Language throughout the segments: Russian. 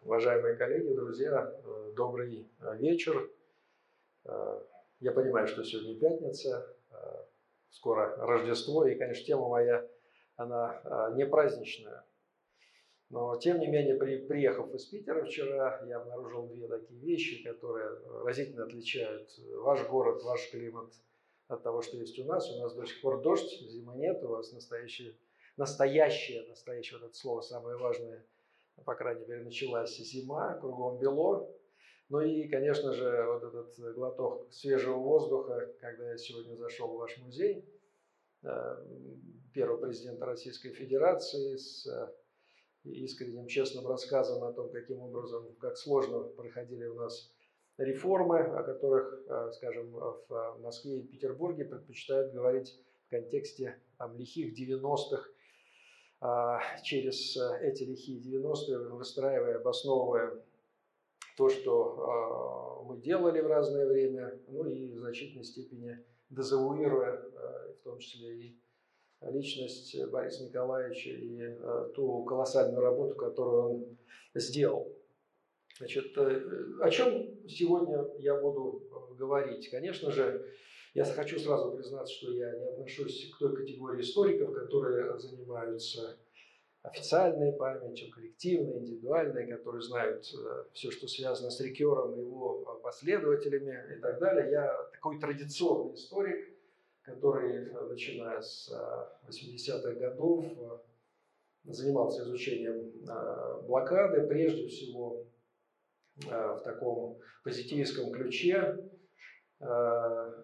Уважаемые коллеги, друзья, добрый вечер. Я понимаю, что сегодня пятница, скоро Рождество, и, конечно, тема моя, она не праздничная. Но, тем не менее, приехав из Питера вчера, я обнаружил две такие вещи, которые разительно отличают ваш город, ваш климат от того, что есть у нас. У нас до сих пор дождь, зимы нет, у вас настоящее, вот это слово самое важное, по крайней мере, началась зима, кругом бело. Ну и, конечно же, вот этот глоток свежего воздуха, когда я сегодня зашел в ваш музей, первого президента Российской Федерации, с искренним, честным рассказом о том, каким образом, как сложно проходили у нас реформы, о которых, скажем, в Москве и Петербурге предпочитают говорить в контексте лихих 90-х, через эти лихие 90-е, выстраивая, обосновывая то, что мы делали в разное время, ну и в значительной степени дезавуируя, в том числе и личность Бориса Николаевича и ту колоссальную работу, которую он сделал. Значит, о чем сегодня я буду говорить? Конечно же, я хочу сразу признаться, что я не отношусь к той категории историков, которые занимаются официальной памятью, коллективной, индивидуальной, которые знают все, что связано с Рикером и его последователями и так далее. Я такой традиционный историк, который, начиная с 80-х годов, занимался изучением блокады, прежде всего в таком позитивистском ключе. На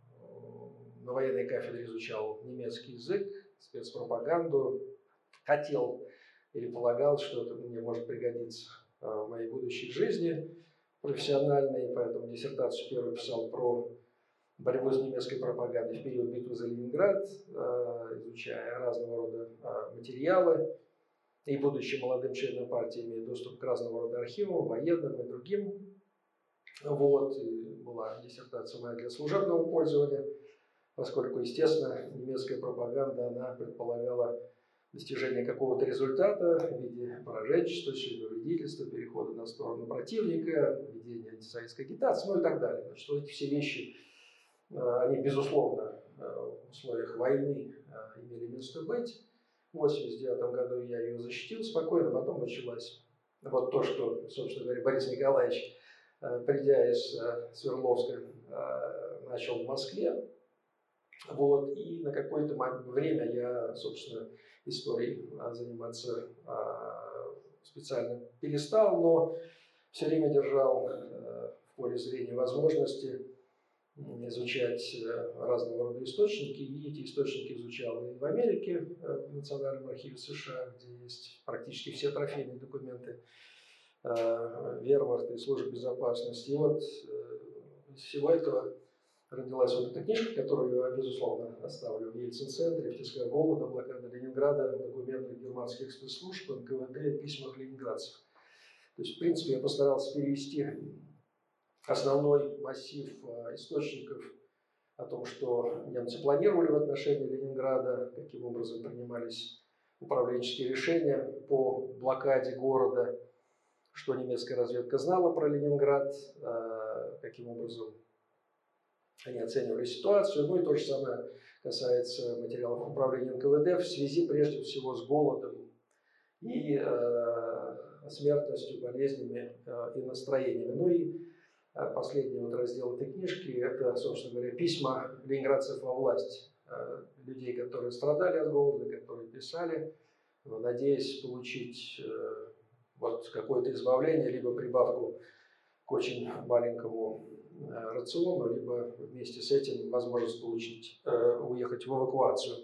военной кафедре изучал немецкий язык, спецпропаганду, хотел или полагал, что это мне может пригодиться в моей будущей жизни профессиональной, поэтому диссертацию первую писал про борьбу с немецкой пропагандой в период битвы за Ленинград, изучая разного рода материалы. И будучи молодым членом партии, имея доступ к разного рода архивам, военным и другим. Вот. И была диссертация моя для служебного пользования, поскольку, естественно, немецкая пропаганда, она предполагала достижение какого-то результата в виде пораженчества, членовредительства, перехода на сторону противника, ведения антисоветской агитации, ну и так далее. Значит, эти все вещи, они, безусловно, в условиях войны имели место быть. В 1989 году я ее защитил спокойно, потом началось вот то, что, собственно говоря, Борис Николаевич, придя из Свердловска, начал в Москве. Вот, и на какое-то время я, собственно, историей заниматься специально перестал, но все время держал в поле зрения возможности изучать разного рода источники, и эти источники изучал и в Америке, в Национальном архиве США, где есть практически все трофейные документы Вермахта и служб безопасности. И вот из всего этого родилась вот эта книжка, которую я, безусловно, оставлю в Ельцин-центре, в тисках голода, блокады Ленинграда, документы германских спецслужб, НКВД, письмах ленинградцев. То есть, в принципе, я постарался перевести основной массив источников о том, что немцы планировали в отношении Ленинграда, каким образом принимались управленческие решения по блокаде города, что немецкая разведка знала про Ленинград, каким образом они оценивали ситуацию. Ну и то же самое касается материалов управления НКВД в связи прежде всего с голодом и смертностью, болезнями и настроениями. Ну и последний вот раздел этой книжки – это, собственно говоря, письма ленинградцев во власть, людей, которые страдали от голода, которые писали, надеясь получить вот какое-то избавление, либо прибавку к очень маленькому рациону, либо вместе с этим возможность получить, уехать в эвакуацию.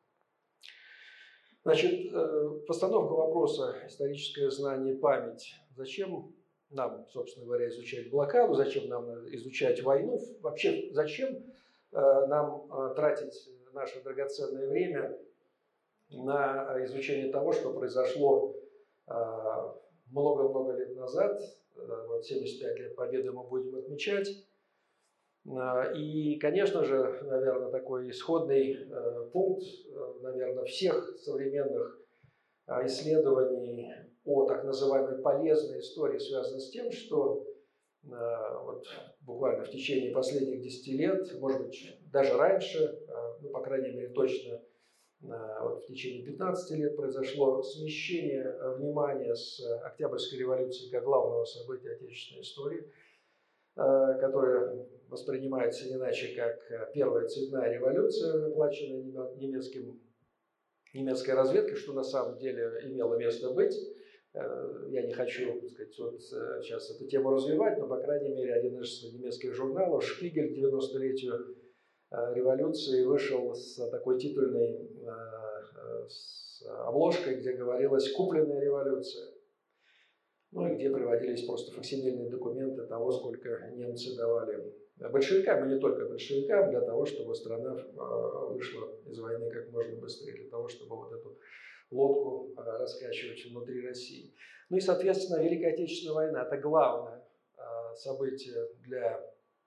Значит, постановка вопроса «Историческое знание и память». Зачем нам, собственно говоря, изучать блокаду, зачем нам изучать войну, вообще зачем нам тратить наше драгоценное время на изучение того, что произошло много-много лет назад. Вот 75 лет Победы мы будем отмечать. И, конечно же, наверное, такой исходный пункт, наверное, всех современных исследований о так называемой полезной истории связано с тем, что вот буквально в течение последних 10 лет, может быть, даже раньше, ну, по крайней мере, точно вот в течение 15 лет произошло смещение внимания с Октябрьской революции как главного события отечественной истории, которая воспринимается не иначе как первая цветная революция, оплаченная немецкой разведкой, что на самом деле имело место быть. Я не хочу, так сказать, вот сейчас эту тему развивать, но, по крайней мере, один из немецких журналов «Шпигель» к 90-летию революции вышел с такой титульной с обложкой, где говорилось «Купленная революция». Ну и где приводились просто факсимильные документы того, сколько немцы давали большевикам, и не только большевикам, для того, чтобы страна вышла из войны как можно быстрее, для того, чтобы вот эту лодку раскачивать внутри России. Ну и, соответственно, Великая Отечественная война – это главное событие для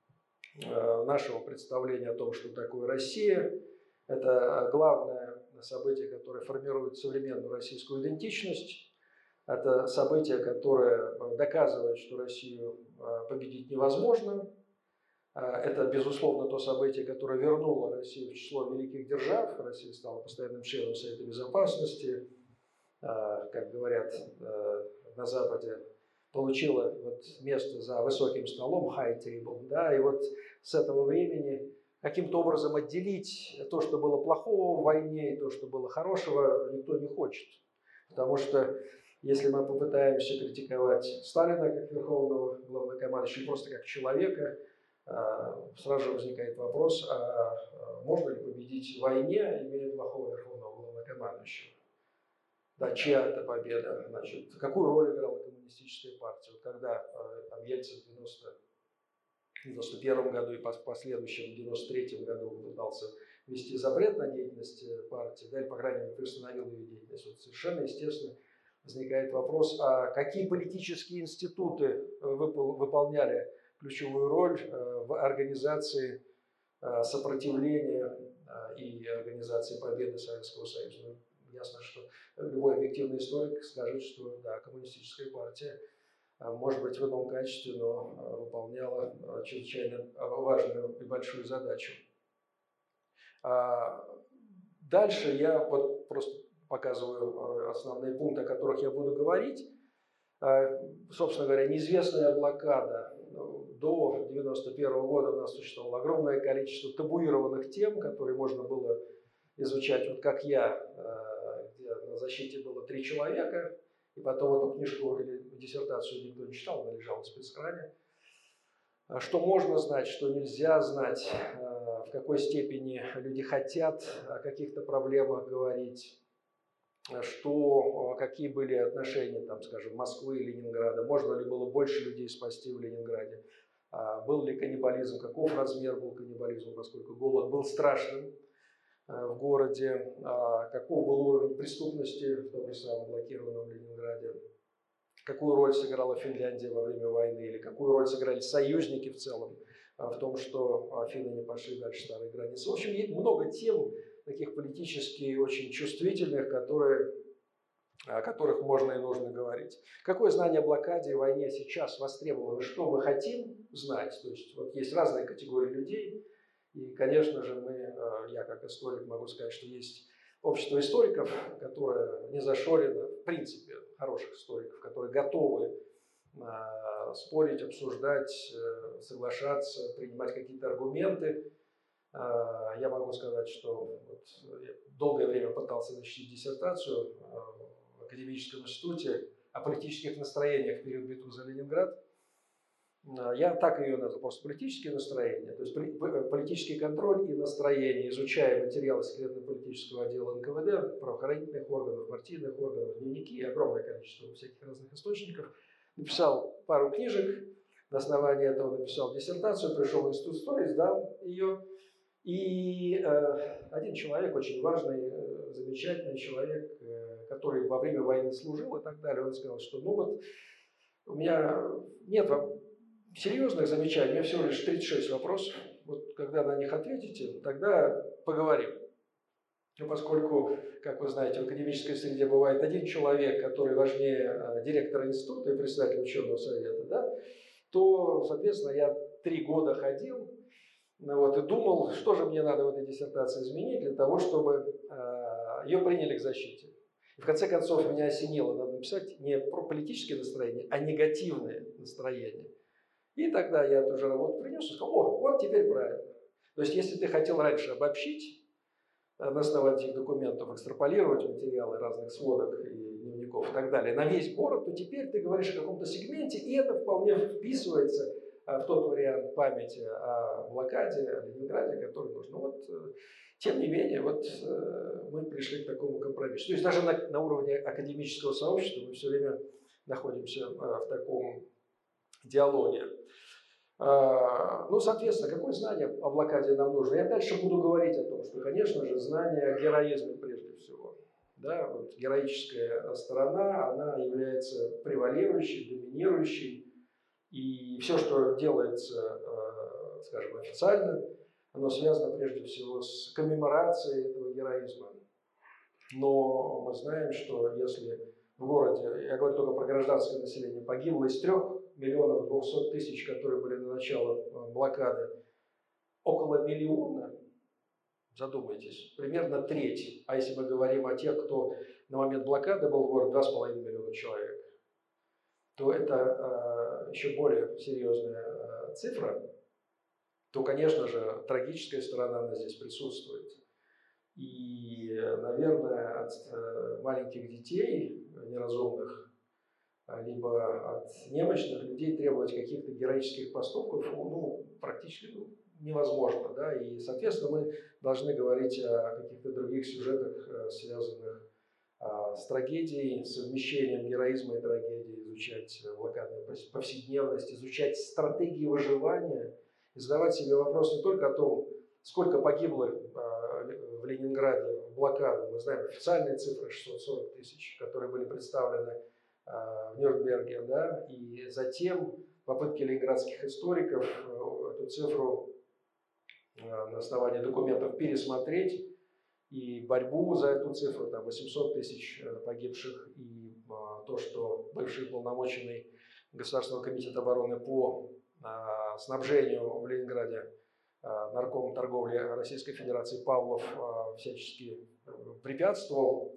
нашего представления о том, что такое Россия. Это главное событие, которое формирует современную российскую идентичность. Это событие, которое доказывает, что Россию победить невозможно. Это, безусловно, то событие, которое вернуло Россию в число великих держав. Россия стала постоянным членом Совета Безопасности. Как говорят на Западе, получила вот место за высоким столом, high table. Да, и вот с этого времени каким-то образом отделить то, что было плохого в войне, и то, что было хорошего, никто не хочет. Потому что если мы попытаемся критиковать Сталина как верховного главнокомандующего, просто как человека, сразу же возникает вопрос, а можно ли победить в войне, имея плохого верховного главнокомандующего? Да, чья это победа? Значит, какую роль играла коммунистическая партия? Вот когда там, Ельцин в 1991 году и в последующем в 1993 году пытался ввести запрет на деятельность партии, да, или, по крайней мере, приостановил ее деятельность, вот совершенно естественно возникает вопрос, а какие политические институты выполняли ключевую роль в организации сопротивления и организации победы Советского Союза? Ясно, что любой объективный историк скажет, что да, коммунистическая партия, может быть, в ином качестве, но выполняла чрезвычайно важную и большую задачу. Дальше я вот просто показываю основные пункты, о которых я буду говорить. Собственно говоря, неизвестная блокада. До 1991 года у нас существовало огромное количество табуированных тем, которые можно было изучать, вот как я, где на защите было 3 человека, и потом эту книжку или диссертацию никто не читал, она лежала в спецхране. Что можно знать, что нельзя знать, в какой степени люди хотят о каких-то проблемах говорить, какие были отношения, там, скажем, Москвы и Ленинграда, можно ли было больше людей спасти в Ленинграде, был ли каннибализм, каков размер был каннибализма, поскольку голод был страшным в городе, каков был уровень преступности в том же самом блокированном Ленинграде, какую роль сыграла Финляндия во время войны, или какую роль сыграли союзники в целом в том, что финны не пошли дальше старой границы. В общем, есть много тем, таких политически очень чувствительных, о которых можно и нужно говорить. Какое знание о блокаде и войне сейчас востребовано? Что мы хотим знать? То есть вот есть разные категории людей. И, конечно же, я как историк могу сказать, что есть общество историков, которое не зашорено, в принципе, хороших историков, которые готовы спорить, обсуждать, соглашаться, принимать какие-то аргументы. Я могу сказать, что вот я долгое время пытался защитить диссертацию в академическом институте о политических настроениях в период битвы за Ленинград. Я так ее назвал, просто политические настроения, то есть политический контроль и настроение, изучая материалы секретно-политического отдела НКВД, правоохранительных органов, партийных органов, дневники, огромное количество всяких разных источников. Написал пару книжек, на основании этого написал диссертацию, пришел в институт истории, сдал ее. И один человек, очень важный, замечательный человек, который во время войны служил и так далее, он сказал, что ну вот у меня нет серьезных замечаний, у меня всего лишь 36 вопросов. Вот когда на них ответите, тогда поговорим. Ну, поскольку, как вы знаете, в академической среде бывает один человек, который важнее директора института и председателя ученого совета, да, то, соответственно, я 3 года ходил, вот, и думал, что же мне надо в этой диссертации изменить для того, чтобы ее приняли к защите. И в конце концов меня осенило, надо написать не про политические настроения, а негативные настроения. И тогда я эту же работу принес и сказал, о, вот теперь правильно. То есть, если ты хотел раньше обобщить, на основании этих документов экстраполировать материалы разных сводок и дневников и так далее на весь город, то теперь ты говоришь о каком-то сегменте, и это вполне вписывается в тот вариант памяти о блокаде, о Ленинграде, который нужен. Но вот, тем не менее, вот мы пришли к такому компромиссу. То есть даже на уровне академического сообщества мы все время находимся в таком диалоге. Ну, соответственно, какое знание о блокаде нам нужно? Я дальше буду говорить о том, что, конечно же, знание о героизме прежде всего. Да, вот героическая сторона, она является превалирующей, доминирующей. И все, что делается, скажем, официально, оно связано прежде всего с коммеморацией этого героизма. Но мы знаем, что если в городе, я говорю только про гражданское население, погибло из 3 миллионов 200 тысяч, которые были на начало блокады, около миллиона, задумайтесь, примерно треть. А если мы говорим о тех, кто на момент блокады был в городе, 2,5 миллиона человек, то это еще более серьезная цифра, то, конечно же, трагическая сторона она здесь присутствует. И, наверное, от маленьких детей неразумных, либо от немощных людей требовать каких-то героических поступков практически невозможно. Да? И, соответственно, мы должны говорить о каких-то других сюжетах, связанных с трагедией, совмещением героизма и трагедии, изучать блокадную повседневность, изучать стратегии выживания и задавать себе вопрос не только о том, сколько погибло в Ленинграде в блокаду. Мы знаем официальные цифры 640 тысяч, которые были представлены в Нюрнберге, да, и затем попытки ленинградских историков эту цифру на основании документов пересмотреть и борьбу за эту цифру, там 800 тысяч погибших, и то, что бывший уполномоченный Государственного комитета обороны по снабжению в Ленинграде нарком торговли Российской Федерации Павлов всячески препятствовал,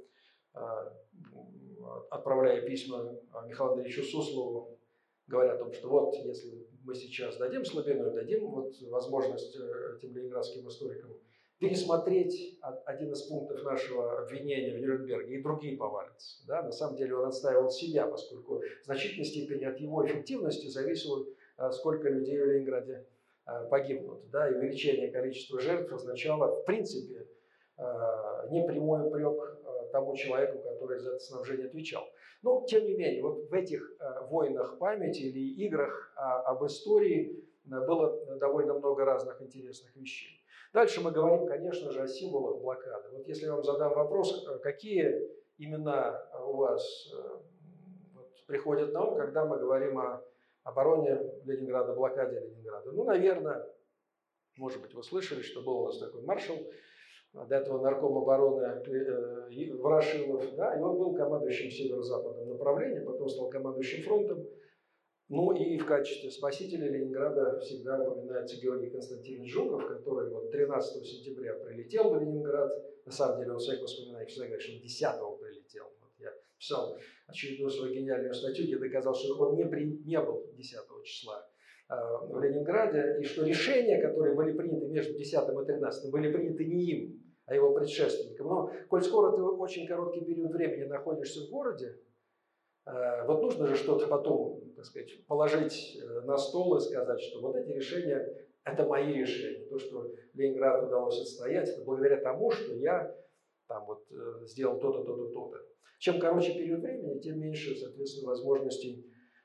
отправляя письма Михаилу Андреевичу Суслову, говоря о том, что вот, если мы сейчас дадим слабину, дадим вот возможность этим ленинградским историкам пересмотреть один из пунктов нашего обвинения в Нюрнберге, и другие повалятся. Да? На самом деле он отстаивал себя, поскольку в значительной степени от его эффективности зависело, сколько людей в Ленинграде погибнут. Да? И увеличение количества жертв означало, в принципе, непрямой упрек тому человеку, который за это снабжение отвечал. Но, тем не менее, вот в этих войнах памяти или играх об истории было довольно много разных интересных вещей. Дальше мы говорим, конечно же, о символах блокады. Вот если я вам задам вопрос, какие имена у вас приходят на ум, когда мы говорим о обороне Ленинграда, блокаде Ленинграда? Ну, наверное, может быть, вы слышали, что был у нас такой маршал, до этого нарком обороны Ворошилов, да, и он был командующим северо-западным направлением, потом стал командующим фронтом. Ну и в качестве спасителя Ленинграда всегда упоминается Георгий Константинович Жуков, который вот 13 сентября прилетел в Ленинград. На самом деле он в своих воспоминаниях всегда говорит, что он 10-го прилетел. Вот я писал очередную свою гениальную статью, где доказал, что он не был 10 числа в Ленинграде, и что решения, которые были приняты между 10 и 13, были приняты не им, а его предшественникам. Но, коль скоро ты очень короткий период времени находишься в городе, вот нужно же что-то потом, так сказать, положить на стол и сказать, что вот эти решения – это мои решения. То, что Ленинграду удалось отстоять, это благодаря тому, что я там вот сделал то-то, то-то, то-то. Чем короче период времени, тем меньше, соответственно, возможностей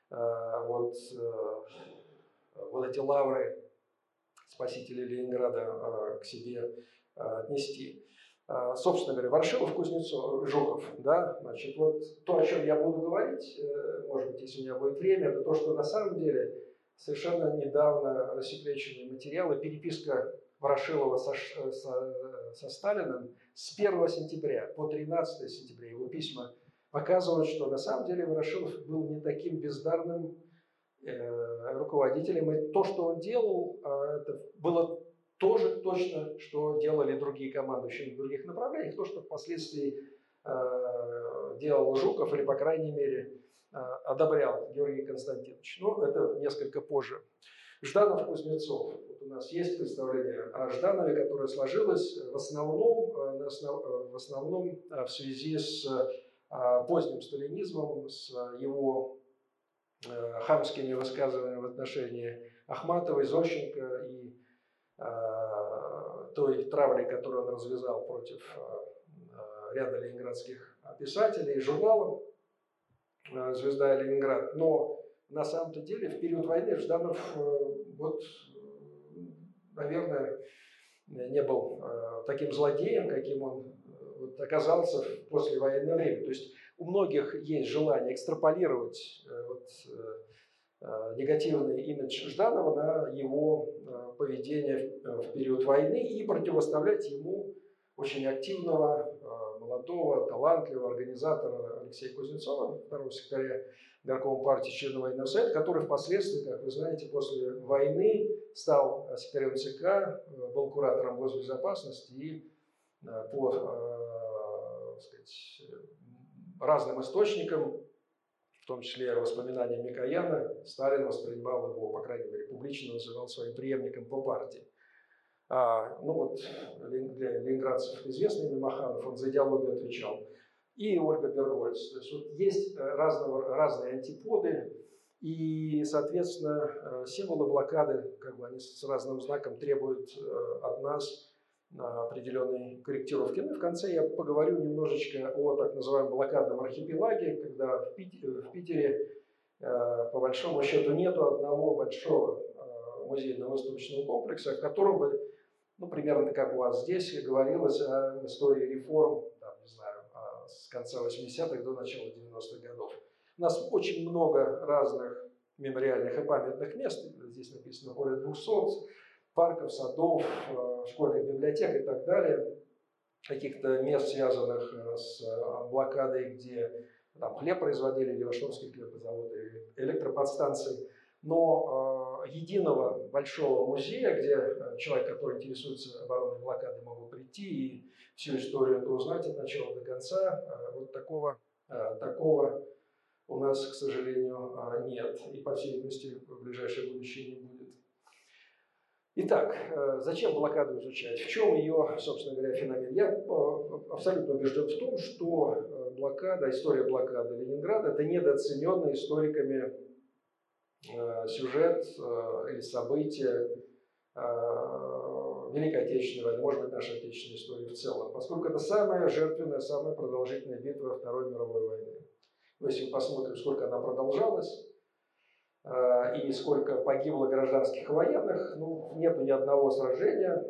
вот эти лавры спасителей Ленинграда к себе отнести. Собственно говоря, Ворошилов, Кузнецов, Жуков, да, значит, вот то, о чем я буду говорить, может быть, если у меня будет время, это то, что на самом деле совершенно недавно рассекреченные материалы, переписка Ворошилова со Сталиным с 1 сентября по 13 сентября. Его письма показывают, что на самом деле Ворошилов был не таким бездарным руководителем. И то, что он делал, это было тоже точно, что делали другие командующие в других направлениях. То, что впоследствии делал Жуков, или, по крайней мере, одобрял Георгий Константинович. Но это несколько позже. Жданов-Кузнецов. Вот у нас есть представление о Жданове, которое сложилось в основном в связи с поздним сталинизмом, с его хамскими высказываниями в отношении Ахматовой, Зощенко и той травли, которую он развязал против ряда ленинградских писателей и журналов «Звезда и Ленинград». Но на самом-то деле в период войны Жданов, вот, наверное, не был таким злодеем, каким он вот оказался в послевоенное время. То есть у многих есть желание экстраполировать негативный имидж Жданова на его поведение в период войны и противоставлять ему очень активного, молодого, талантливого организатора Алексея Кузнецова, второго секретаря горкома партии, члена военного совета, который впоследствии, как вы знаете, после войны стал секретарем ЦК, был куратором госбезопасности и по разным источникам, в том числе воспоминания Микояна, Сталин воспринимал его, по крайней мере, публично называл своим преемником по партии. Ну вот, для ленинградцев известный имя Маханов, он за идеологию отвечал. И Ольга Бергольц. То есть вот есть разные антиподы, и, соответственно, символы блокады, как бы они с разным знаком требуют от нас определенной корректировки. Ну и в конце я поговорю немножечко о так называемом блокадном архипелаге, когда в Питере по большому счету нету одного большого музейно-выставочного комплекса, в котором бы, ну, примерно как у вас здесь, говорилось о истории реформ, там, не знаю, с конца 80-х до начала 90-х годов. У нас очень много разных мемориальных и памятных мест, здесь написано более 200, парков, садов, школьных библиотек и так далее, каких-то мест, связанных с блокадой, где там хлеб производили, Левашовский хлебозавод, электроподстанции. Но единого большого музея, где человек, который интересуется обороной блокады, мог прийти и всю историю это узнать от начала до конца, вот такого у нас, к сожалению, нет. И, по всей видимости, в ближайшее будущее не будет. Итак, зачем блокаду изучать? В чем ее, собственно говоря, феномен? Я абсолютно убежден в том, что блокада, история блокады Ленинграда – это недооцененный историками сюжет или события Великой Отечественной войны, может быть, нашей отечественной истории в целом, поскольку это самая жертвенная, самая продолжительная битва Второй мировой войны. Но если мы посмотрим, сколько она продолжалась, и сколько погибло гражданских и военных, ну, нету ни одного сражения,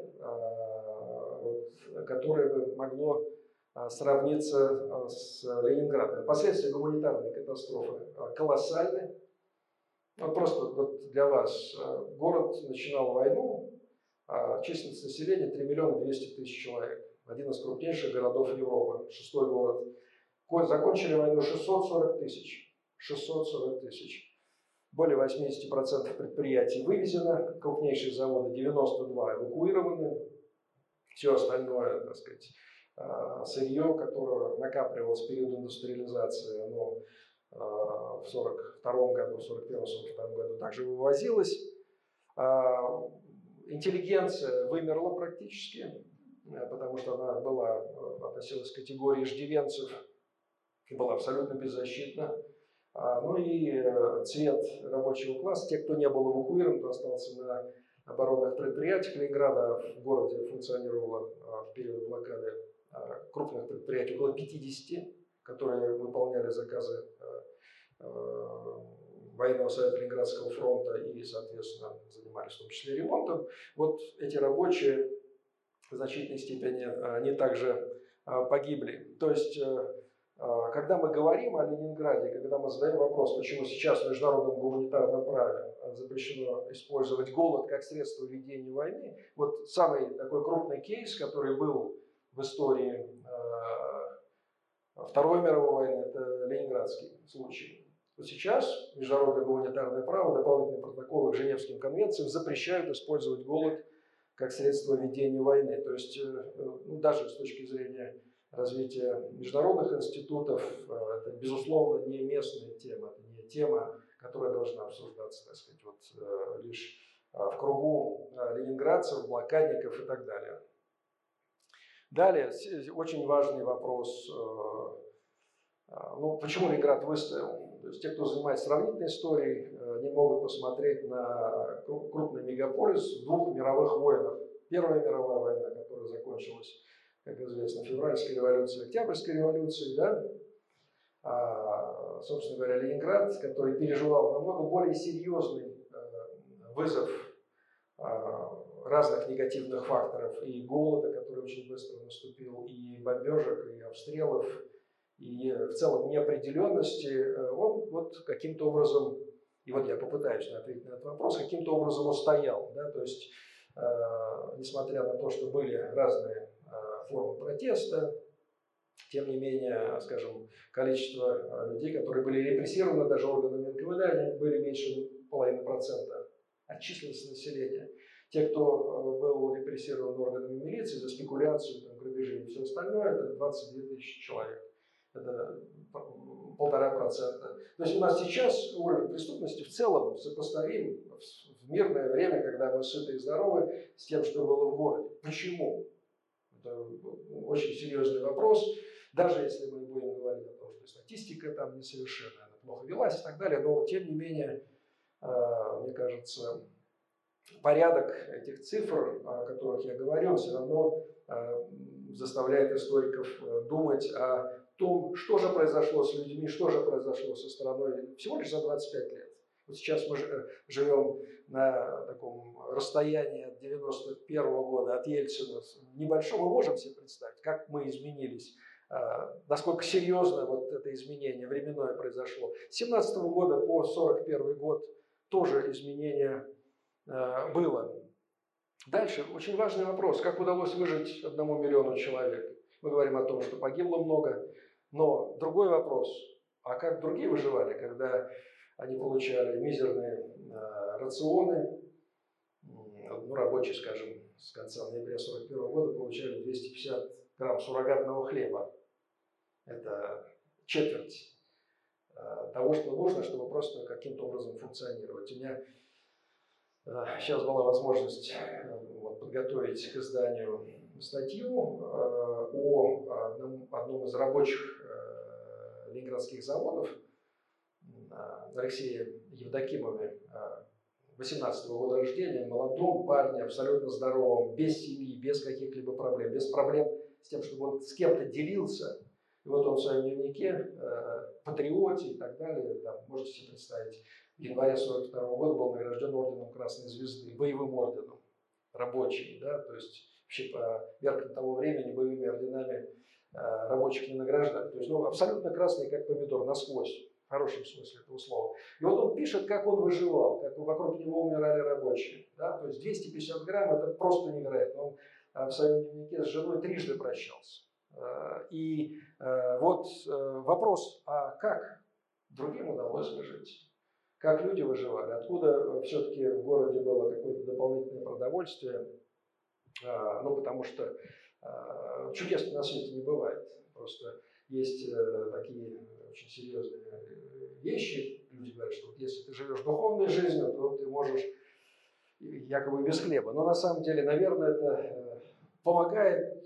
которое бы могло сравниться с Ленинградом. Последствия гуманитарной катастрофы колоссальны. Вот просто вот для вас. Город начинал войну, численность населения 3 200 000 человек. Один из крупнейших городов Европы, 6-й город. Закончили войну 640 000. 640 000. Более 80% предприятий вывезено, крупнейшие заводы 92 эвакуированы, все остальное, так сказать, сырье, которое накапливалось в период индустриализации, оно в 1942 году, в 1941-1942 году также вывозилось. Интеллигенция вымерла практически, потому что она относилась к категории иждивенцев и была абсолютно беззащитна. Ну и цвет рабочего класса, те, кто не был эвакуирован, кто остался на оборонных предприятиях Ленинграда, в городе функционировало в период блокады крупных предприятий около 50, которые выполняли заказы военного совета Ленинградского фронта и, соответственно, занимались в том числе ремонтом. Вот эти рабочие в значительной степени они также погибли. То есть когда мы говорим о Ленинграде, когда мы задаем вопрос, почему сейчас в международном гуманитарном праве запрещено использовать голод как средство ведения войны, вот самый такой крупный кейс, который был в истории Второй мировой войны, это Ленинградский случай. Вот сейчас международное гуманитарное право, дополнительные протоколы к Женевским конвенциям запрещают использовать голод как средство ведения войны. То есть, ну, даже с точки зрения развития международных институтов, это, безусловно, не местная тема, это не тема, которая должна обсуждаться, так сказать, вот, лишь в кругу ленинградцев, блокадников и так далее. Далее, очень важный вопрос, ну, почему Ленинград выстоял? То есть те, кто занимается сравнительной историей, они могут посмотреть на крупный мегаполис в двух мировых войнах. Первая мировая война, которая закончилась, как известно, февральской революцией, октябрьской революцией, да? Собственно говоря, Ленинград, который переживал намного более серьезный вызов разных негативных факторов, и голода, который очень быстро наступил, и бомбежек, и обстрелов, и в целом неопределенности, он вот каким-то образом, и вот я попытаюсь ответить на этот вопрос, каким-то образом устоял. Да? То есть, несмотря на то, что были разные формы протеста, тем не менее, скажем, количество людей, которые были репрессированы даже органами НКВД, они были меньше 0,5% от численности населения. Те, кто был репрессирован органами милиции за спекуляцию, там, грабежи и все остальное, это 22 тысячи человек. Это 1,5%. То есть у нас сейчас уровень преступности в целом сопоставим в мирное время, когда мы сыты и здоровы, с тем, что было в городе. Почему? Это очень серьезный вопрос. Даже если мы будем говорить о том, что статистика там несовершенная, она плохо велась и так далее, но тем не менее, мне кажется, порядок этих цифр, о которых я говорил, все равно заставляет историков думать о том, что же произошло с людьми, что же произошло со страной всего лишь за 25 лет. Вот сейчас мы живем на таком расстоянии от 91 года, от Ельцина, небольшом, мы можем себе представить, как мы изменились, насколько серьезно вот это изменение временное произошло. С 17 года по 41 год тоже изменение было. Дальше очень важный вопрос, как удалось выжить 1 миллиону человек. Мы говорим о том, что погибло много, но другой вопрос, а как другие выживали, когда они получали мизерные рационы, ну, рабочие, скажем, с конца ноября 1941 года получали 250 грамм суррогатного хлеба. Это четверть того, что нужно, чтобы просто каким-то образом функционировать. У меня сейчас была возможность подготовить к изданию статью о одном из рабочих ленинградских заводов, Алексее Евдокимове, 18-го года рождения, молодом парне, абсолютно здоровом, без семьи, без каких-либо проблем, без проблем с тем, чтобы он с кем-то делился. И вот он в своем дневнике, патриоте и так далее, там, можете себе представить, в январе 1942 года был награжден орденом Красной Звезды, боевым орденом, рабочий, да, то есть вообще по меркам того времени боевыми орденами рабочих не награждали. То есть, ну, абсолютно красный, как помидор, насквозь, в хорошем смысле этого слова. И вот он пишет, как он выживал, как вокруг него умирали рабочие. Да? То есть 250 грамм – это просто невероятно. Он в своем дневнике с женой трижды прощался. И вот вопрос, а как другим удалось выжить? Как люди выживали? Откуда все-таки в городе было какое-то дополнительное продовольствие? Ну, потому что чудес на свете не бывает. Просто есть такие очень серьезные вещи. Люди говорят, что вот если ты живешь духовной жизнью, то ты можешь якобы без хлеба. Но на самом деле, наверное, это помогает,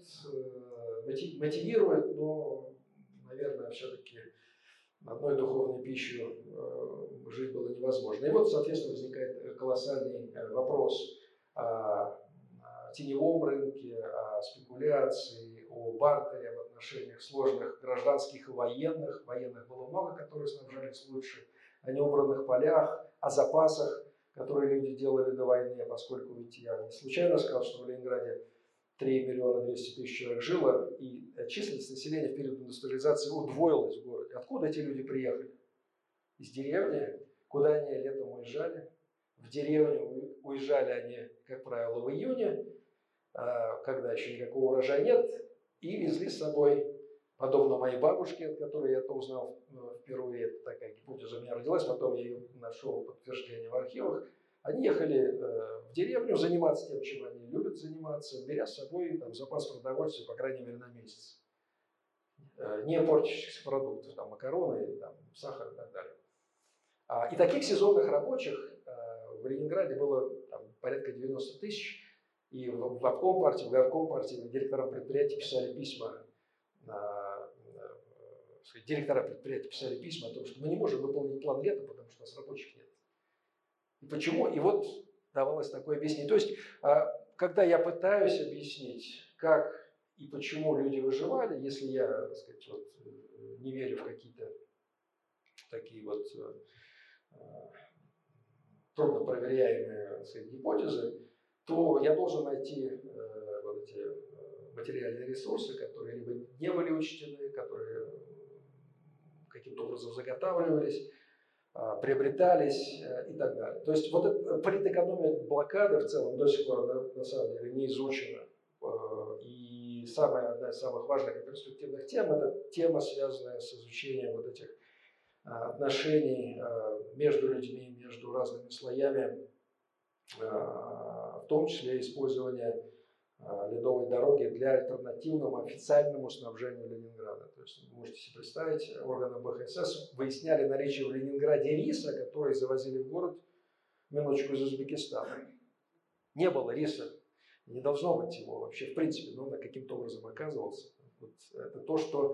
мотивирует, но, наверное, все-таки одной духовной пищей жить было невозможно. И вот, соответственно, возникает колоссальный вопрос о теневом рынке, о спекуляции, о бартере, об отношениях сложных гражданских и военных. Военных было много, которые снабжались лучше, о неубранных полях, о запасах, которые люди делали до войны, поскольку ведь я не случайно сказал, что в Ленинграде 3 миллиона 200 тысяч человек жило, и численность населения в период индустриализации удвоилась в городе. Откуда эти люди приехали? Из деревни. Куда они летом уезжали? В деревню уезжали они, как правило, в июне, когда еще никакого урожая нет, и везли с собой, подобно моей бабушке, от которой я это узнал впервые, это такая гипотеза у меня родилась, потом я ее нашел подтверждение в архивах. Они ехали в деревню заниматься тем, чем они любят заниматься, беря с собой там, запас продовольствия, по крайней мере, на месяц. Не портящихся продуктов, там, макароны, там, сахар и так далее. И таких сезонных рабочих в Ленинграде было там, порядка 90 тысяч. И в обком партии, в горком партии директорам предприятий писали письма. Директора предприятий писали письма о том, что мы не можем выполнить план лета, потому что у нас рабочих нет. И почему? И вот давалось такое объяснение. То есть, когда я пытаюсь объяснить, как и почему люди выживали, если я, так сказать, вот, не верю в какие-то такие вот трудно проверяемые, так сказать, гипотезы, то я должен найти вот эти материальные ресурсы, которые либо не были учтены, которые каким-то образом заготавливались, приобретались и так далее. То есть вот эта политэкономия блокады в целом до сих пор на самом деле не изучена. И одна из самых важных и перспективных тем – это тема, связанная с изучением вот этих отношений между людьми, между разными слоями, в том числе использование ледовой дороги для альтернативного официальному снабжению Ленинграда. То есть вы можете себе представить, органы БХСС выясняли наличие в Ленинграде риса, который завозили в город, минуточку, из Узбекистана. Не было риса, не должно быть его вообще в принципе, но он каким-то образом оказывался. Вот это то, что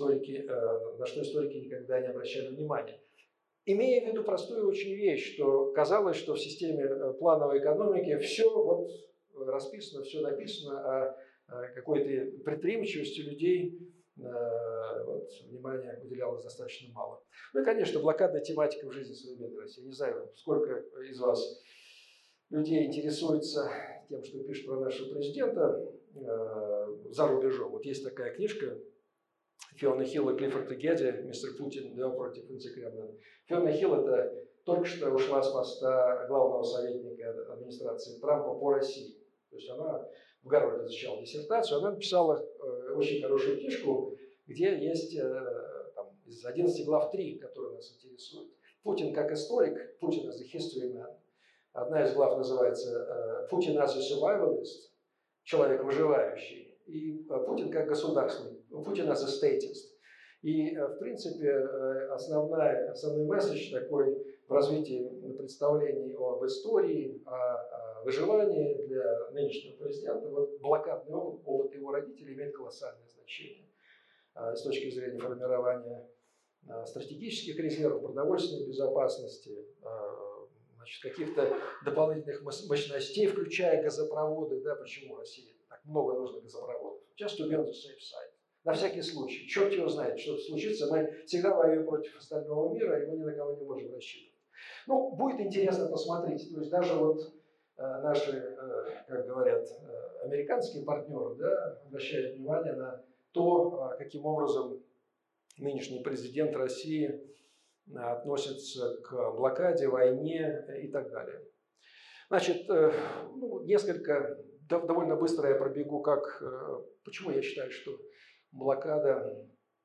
на что историки никогда не обращали внимания. Имея в виду простую очень вещь, что казалось, что в системе плановой экономики все вот расписано, все написано, а какой-то предприимчивости людей вот, внимания уделялось достаточно мало. Ну и, конечно, блокадная тематика в жизни современной России. Я не знаю, сколько из вас людей интересуется тем, что пишет про нашего президента за рубежом. Вот есть такая книжка Фиона Хилл и Клиффорда Гедди «Мистер Путин, The Operative in the Kremlin». Фиона Хилл – это только что ушла с поста главного советника администрации Трампа по России. То есть она в Гарварде защищала диссертацию, она написала очень хорошую книжку, где есть там, из 11 глав 3, которые нас интересуют. Путин как историк, Путин as a history man. Одна из глав называется «Путин as a survivalist», человек выживающий, и Путин как государственный, Путин as a statist. И, в принципе, основной месседж такой в развитии представлений об истории, о выживании для нынешнего президента, вот блокадный опыт его родителей имеет колоссальное значение с точки зрения формирования стратегических резервов, продовольственной безопасности, каких-то дополнительных мощностей, включая газопроводы. Да, почему России так много нужно газопроводов? Just to be on the safe side. На всякий случай. Черт его знает, что случится. Мы всегда воюем против остального мира, и мы ни на кого не можем рассчитывать. Ну, будет интересно посмотреть. То есть даже вот наши, как говорят, американские партнеры, да, обращают внимание на то, каким образом нынешний президент России относится к блокаде, войне и так далее. Значит, несколько, довольно быстро я пробегу, почему я считаю, что блокада,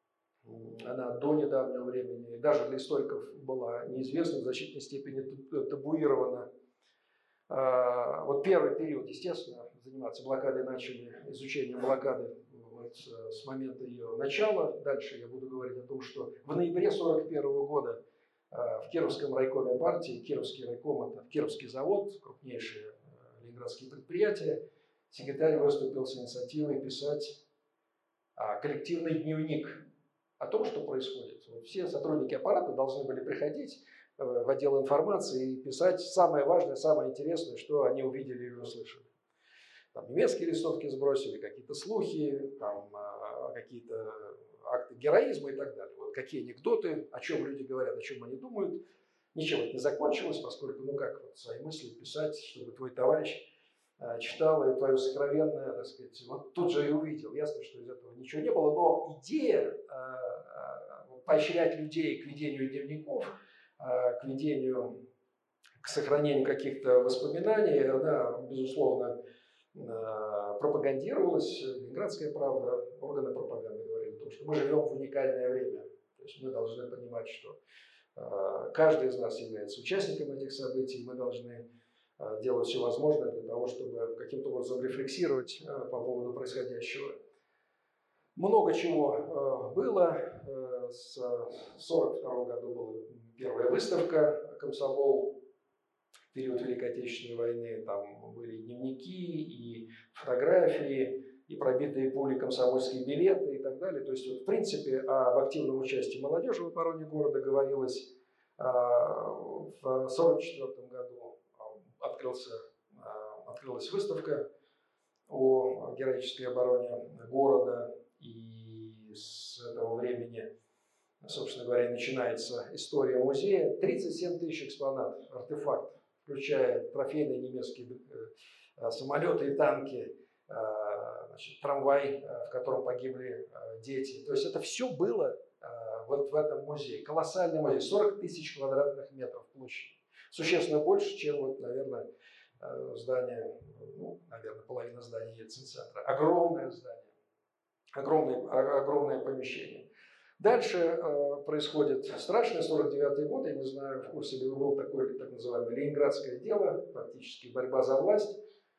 она до недавнего времени, даже для историков была неизвестна, в значительной степени табуирована. Вот первый период, естественно, заниматься блокадой начали, изучением блокады вот, с момента ее начала. Дальше я буду говорить о том, что в ноябре 1941 года в Кировском райкоме партии, Кировский райком – это Кировский завод, крупнейшее ленинградские предприятия, секретарь выступил с инициативой писать коллективный дневник о том, что происходит. Вот все сотрудники аппарата должны были приходить в отдел информации и писать самое важное, самое интересное, что они увидели или услышали. Там немецкие листовки сбросили, какие-то слухи, там, какие-то акты героизма и так далее. Вот какие анекдоты, о чем люди говорят, о чем они думают. Ничем это не закончилось, поскольку, ну как вот свои мысли писать, чтобы твой товарищ читал, и твое сокровенное, так сказать, вот тут же и увидел. Ясно, что из этого ничего не было, но идея поощрять людей к ведению дневников, к ведению, к сохранению каких-то воспоминаний, она, безусловно, пропагандировалась. Ленинградская правда, органы пропаганды говорили о том, что мы живем в уникальное время. То есть мы должны понимать, что каждый из нас является участником этих событий, мы должны делать все возможное для того, чтобы каким-то образом рефлексировать по поводу происходящего. Много чего было. В 1942 году была первая выставка «Комсомол» в период Великой Отечественной войны. Там были и дневники, и фотографии, и пробитые пули комсомольские билеты и так далее. То есть, вот, в принципе, об активном участии молодежи в обороне города говорилось. В 1944 году открылась выставка о героической обороне города, и с этого времени, собственно говоря, начинается история музея. 37 тысяч экспонатов, артефактов, включая трофейные немецкие самолеты и танки, значит, трамвай, в котором погибли дети. То есть это все было вот в этом музее. Колоссальный музей, 40 тысяч квадратных метров площади. Существенно больше, чем, вот, наверное, здание, ну, наверное, половина здания Ельцин-центра. Огромное здание, огромное помещение. Дальше происходит страшный 49-й год, я не знаю, в курсе ли вы, был такое так называемое ленинградское дело, фактически борьба за власть,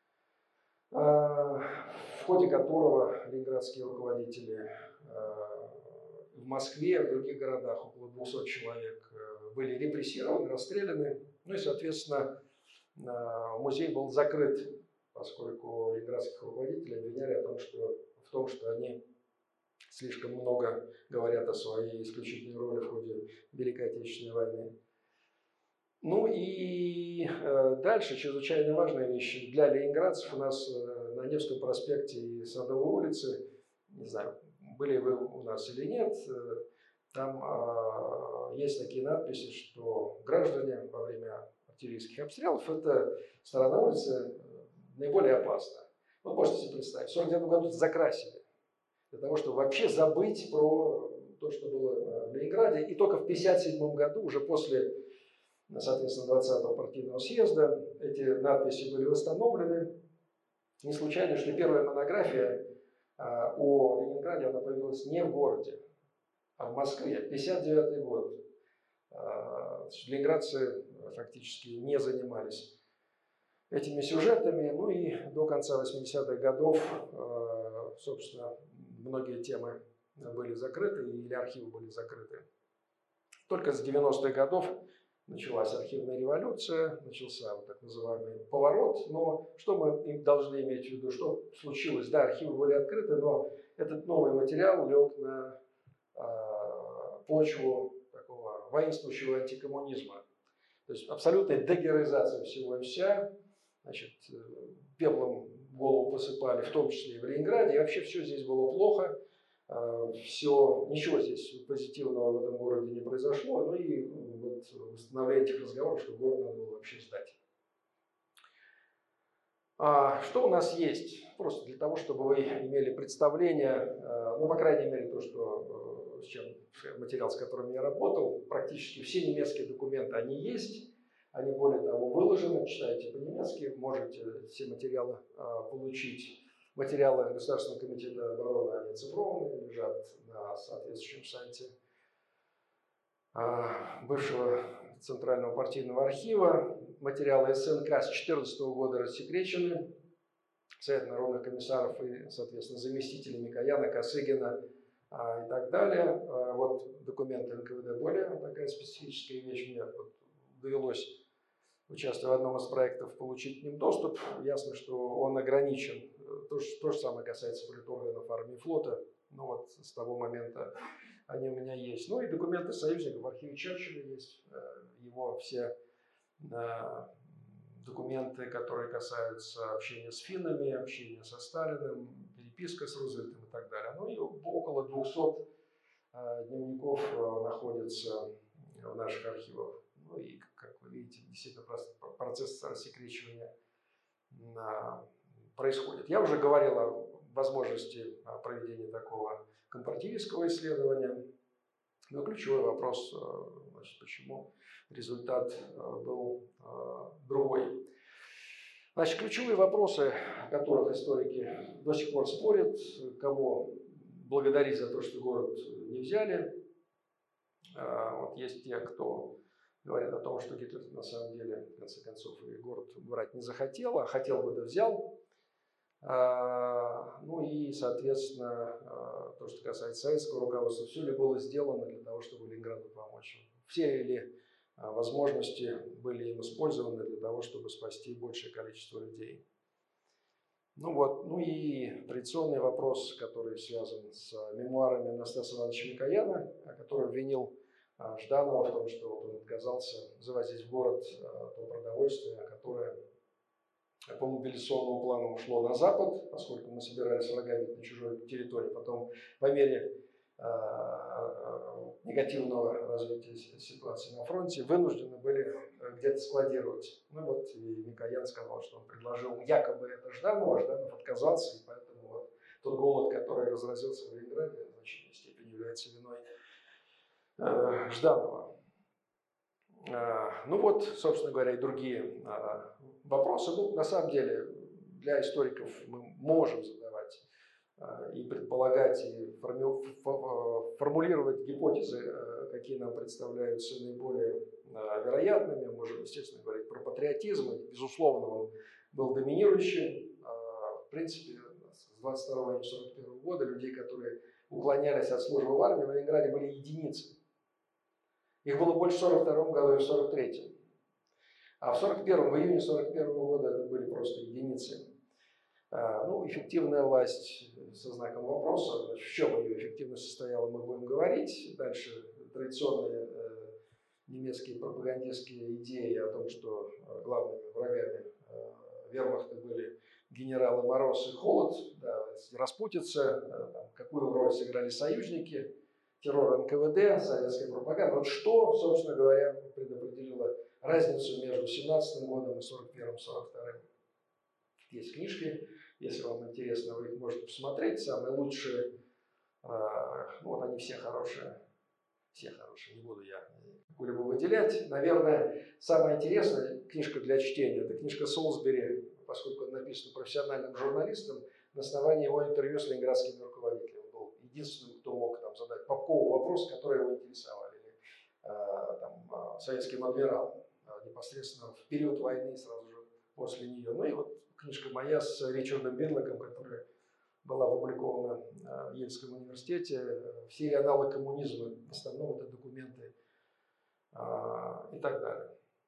в ходе которого ленинградские руководители в Москве, в других городах, около 200 человек, были репрессированы, расстреляны. Ну и, соответственно, музей был закрыт, поскольку ленинградских руководителей обвиняли в том, что они слишком много говорят о своей исключительной роли в ходе Великой Отечественной войны. Ну и дальше чрезвычайно важные вещи для ленинградцев. У нас на Невском проспекте и Садовой улице, не знаю, были вы у нас или нет, там есть такие надписи, что граждане во время артиллерийских обстрелов, эта сторона улицы наиболее опасна. Вы можете себе представить, в 1949 году закрасили, для того, чтобы вообще забыть про то, что было в Ленинграде. И только в 1957 году, уже после, соответственно, 20-го партийного съезда, эти надписи были восстановлены. Не случайно, что первая монография о Ленинграде, она появилась не в городе, а в Москве. 1959 год. Ленинградцы фактически не занимались этими сюжетами. Ну и до конца 80-х годов, собственно, многие темы были закрыты или архивы были закрыты. Только с 90-х годов началась архивная революция, начался вот так называемый поворот. Но что мы должны иметь в виду? Что случилось? Да, архивы были открыты, но этот новый материал лег на почву такого воинствующего антикоммунизма. То есть абсолютная дегероизация всего и вся. Значит, пеплом голову посыпали, в том числе и в Ленинграде. И вообще все здесь было плохо. Ничего здесь позитивного в этом городе не произошло. Ну и вот восстановление этих разговоров, что город надо было вообще сдать. Что у нас есть? Просто для того, чтобы вы имели представление, ну, по крайней мере, материал, с которым я работал, практически все немецкие документы, они есть. Они, более того, выложены, читайте по-немецки, можете все материалы получить. Материалы Государственного комитета обороны, они цифрованы, лежат на соответствующем сайте бывшего Центрального партийного архива. Материалы СНК с 2014 года рассекречены. Совет народных комиссаров и, соответственно, заместители Микояна, Косыгина и так далее. Вот документы НКВД, более такая специфическая вещь. Мне довелось, участвуя в одном из проектов, получить к ним доступ. Ясно, что он ограничен. То же самое касается политорганов армии и флота. Но вот с того момента они у меня есть. Ну и документы союзников в архиве Черчилля есть. Его все документы, которые касаются общения с финнами, общения со Сталиным, переписка с Рузвельтом и так далее. Ну и около 200 дневников находится в наших архивах. Ну и, как вы видите, действительно процесс рассекречивания происходит. Я уже говорил о возможности проведения такого компаративистского исследования. Но ключевой вопрос, значит, почему результат был другой. Значит, ключевые вопросы, о которых историки до сих пор спорят, кого благодарить за то, что город не взяли. Вот есть те, кто говорят о том, что Гитлер на самом деле, в конце концов, и город брать не захотел, а хотел бы, да взял. Ну и, соответственно, то, что касается советского руководства, все ли было сделано для того, чтобы Ленинграду помочь? Все ли возможности были им использованы для того, чтобы спасти большее количество людей? Ну вот, ну и традиционный вопрос, который связан с мемуарами Анастаса Ивановича Микояна, который обвинил Жданова в том, что он отказался завозить в город то продовольствие, которое по мобилизационному плану ушло на Запад, поскольку мы собирались врагами на чужой территории. Потом, по мере негативного развития ситуации на фронте, вынуждены были где-то складировать. Ну вот и Микоян сказал, что он предложил якобы это Жданову, а Жданов отказался, и поэтому вот тот голод, который разразился в Ленинграде, в значительной степени является виной Жданова. Ну вот, собственно говоря, и другие вопросы. Ну, на самом деле, для историков мы можем задавать и предполагать, и формулировать гипотезы, какие нам представляются наиболее вероятными. Мы можем, естественно, говорить про патриотизм, и, безусловно, он был доминирующим. В принципе, с 22 июня 1941 года людей, которые уклонялись от службы в армии, в Ленинграде были единицы. Их было больше в 1942 году и в 1943. А в 1941, в июне 1941 года это были просто единицы. Ну, эффективная власть со знаком вопроса. Значит, в чем ее эффективность состояла, мы будем говорить. Дальше традиционные немецкие пропагандистские идеи о том, что главными врагами вермахта были генералы Мороз и Холод, да, распутица, какую роль сыграли союзники, террор НКВД, советская пропаганда. Вот что, собственно говоря, предопределило разницу между 17 годом и 41-42. Есть книжки, если вам интересно, вы их можете посмотреть. Самые лучшие, ну вот они все хорошие, не буду я какую-либо выделять. Наверное, самая интересная книжка для чтения – это книжка Солсбери, поскольку она написана профессиональным журналистом на основании его интервью с ленинградскими руководителями. Он был единственным, кто мог там задать Попкову вопросы, которые его интересовали, или советским адмиралам непосредственно в период войны и сразу же после нее. Ну и вот книжка моя с Ричардом Бинлоком, которая была опубликована в Ельском университете, в серии «Аналог коммунизма», в основном это документы и так далее.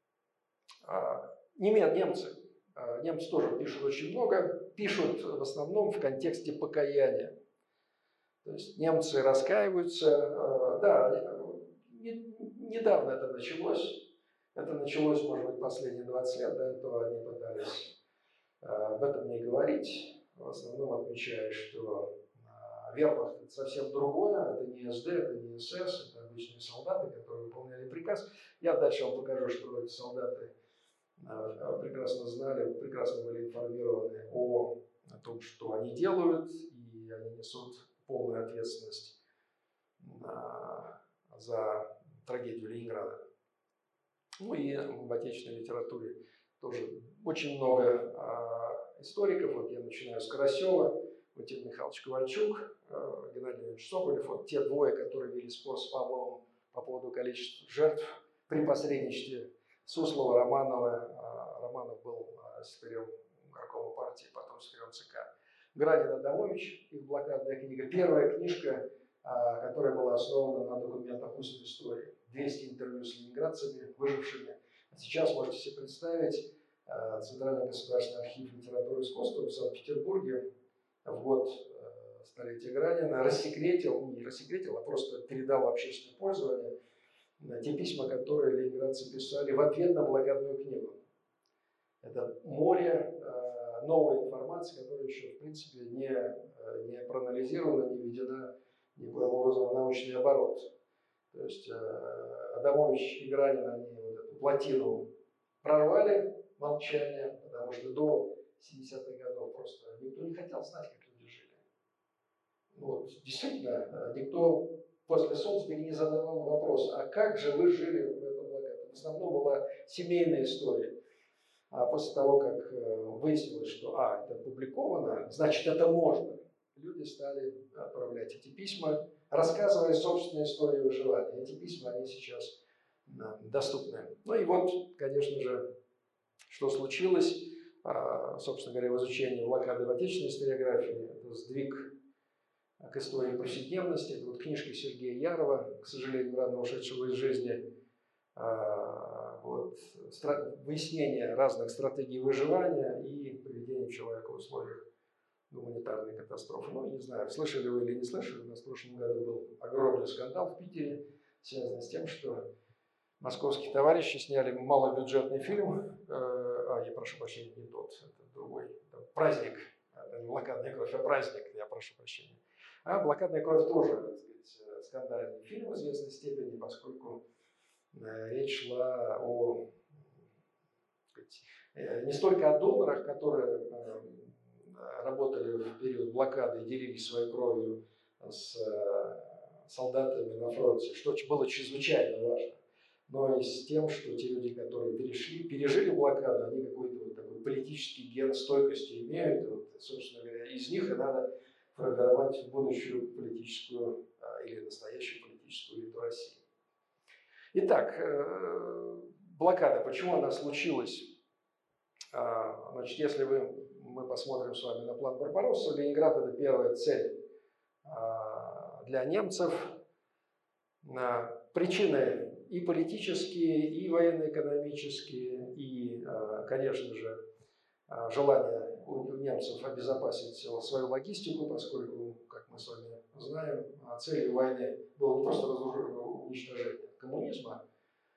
Немцы тоже пишут очень много, пишут в основном в контексте покаяния. То есть немцы раскаиваются. Да, недавно это началось. Это началось, может быть, последние 20 лет. До этого они пытались об этом не говорить. В основном отмечая, что вермахт – это совсем другое. Это не СД, это не СС, это обычные солдаты, которые выполняли приказ. Я дальше вам покажу, что эти солдаты прекрасно знали, прекрасно были информированы о том, что они делают, и они несут полную ответственность за трагедию Ленинграда. Ну и в отечественной литературе тоже очень много историков. Вот я начинаю с Карасева, Владимир Михайлович Ковальчук, Геннадий Иванович Соболев. Вот те двое, которые вели спор с Павловым по поводу количества жертв при посредничестве Суслова, Романова. Романов был секретарем горкома партии, потом секретарем ЦК. Гранин, Адамович, их блокадная книга. Первая книжка, которая была основана на документах устной истории. 200 интервью с ленинградцами, выжившими. А сейчас можете себе представить, Центральный государственный архив литературы и искусства в Санкт-Петербурге в год столетия Гранина не рассекретил, а просто передал в общественное пользование те письма, которые ленинградцы писали в ответ на блокадную книгу. Это море новой информации, которая еще, в принципе, не проанализирована, не введена никоим образом в научный оборот. То есть Адамович и Гранин, они вот эту плотину прорвали, молчание, потому что до 70-х годов просто никто не хотел знать, как люди жили. Ну, вот, действительно, никто после Солсбери не задавал вопрос, а как же вы жили в этом блокаде? В основном была семейная история. А после того, как выяснилось, что это опубликовано, значит, это можно, люди стали отправлять эти письма, рассказывая собственные истории выживания. Эти письма, они сейчас доступны. Ну и вот, конечно же, что случилось, собственно говоря, в изучении блокады в отечественной историографии, это сдвиг к истории повседневности. Это вот книжки Сергея Ярова, к сожалению, рано ушедшего из жизни, вот, выяснение разных стратегий выживания и приведение человека в условиях гуманитарной катастрофы. Ну, не знаю, слышали вы или не слышали, у нас в прошлом году был огромный скандал в Питере, связанный с тем, что московские товарищи сняли малобюджетный фильм, я прошу прощения, не тот, это другой, это праздник, это не блокадная кровь, а праздник, я прошу прощения. А блокадная кровь тоже, так сказать, скандальный фильм в известной степени, поскольку речь шла о, так сказать, не столько о донорах, которые работали в период блокады и делились своей кровью с солдатами на фронте, что было чрезвычайно важно, но и с тем, что те люди, которые пережили блокаду, они какой-то вот такой политический ген стойкости имеют. И вот, собственно говоря, из них и надо формировать будущую политическую или настоящую политическую элиту России. Итак, блокада. Почему она случилась? Значит, если мы посмотрим с вами на план Барбаросса, Ленинград – это первая цель для немцев. Причины и политические, и военно-экономические, и, конечно же, желание у немцев обезопасить свою логистику, поскольку, как мы с вами знаем, целью войны было не просто уничтожение коммунизма,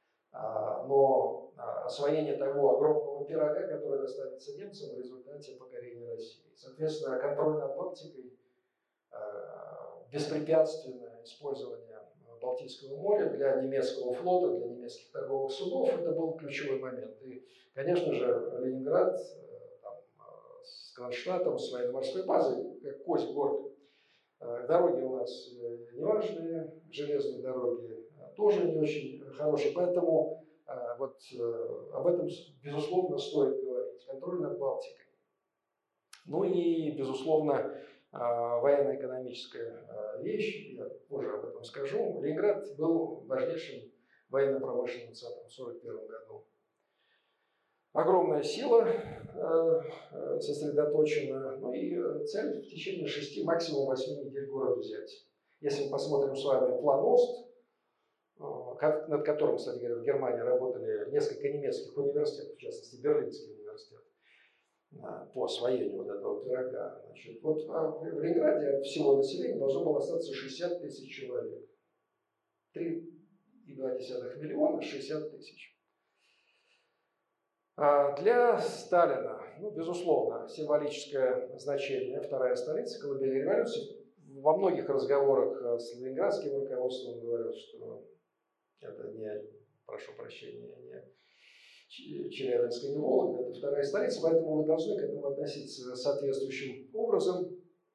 но освоение того огромного пирога, который достанется немцам в результате покорения России. Соответственно, контроль над Балтикой, беспрепятственное использование Балтийского моря для немецкого флота, для немецких торговых судов, это был ключевой момент. И, конечно же, Ленинград с Кронштадтом, с военно-морской базой, как кость в горле. Дороги у нас неважные, железные дороги тоже не очень хорошие, поэтому вот об этом, безусловно, стоит говорить. Контроль над Балтикой. Ну и, безусловно, военно-экономическая вещь, я позже об этом скажу. Ленинград был важнейшим военно-промышленным центром в 1941 году. Огромная сила сосредоточена, ну и цель в течение 6, максимум 8 недель город взять. Если мы посмотрим с вами план ОСТ, над которым, кстати говоря, в Германии работали несколько немецких университетов, в частности, Берлинский университет, по освоению вот этого пирога. Значит, вот в Ленинграде от всего населения должно было остаться 60 тысяч человек. 3,2 миллиона, 60 тысяч. Для Сталина, безусловно, символическое значение, вторая столица, колыбель революции. Во многих разговорах с ленинградским руководством он говорил, что это не, прошу прощения, не Челябинск и не Вологда, это вторая столица, поэтому вы должны к этому относиться соответствующим образом.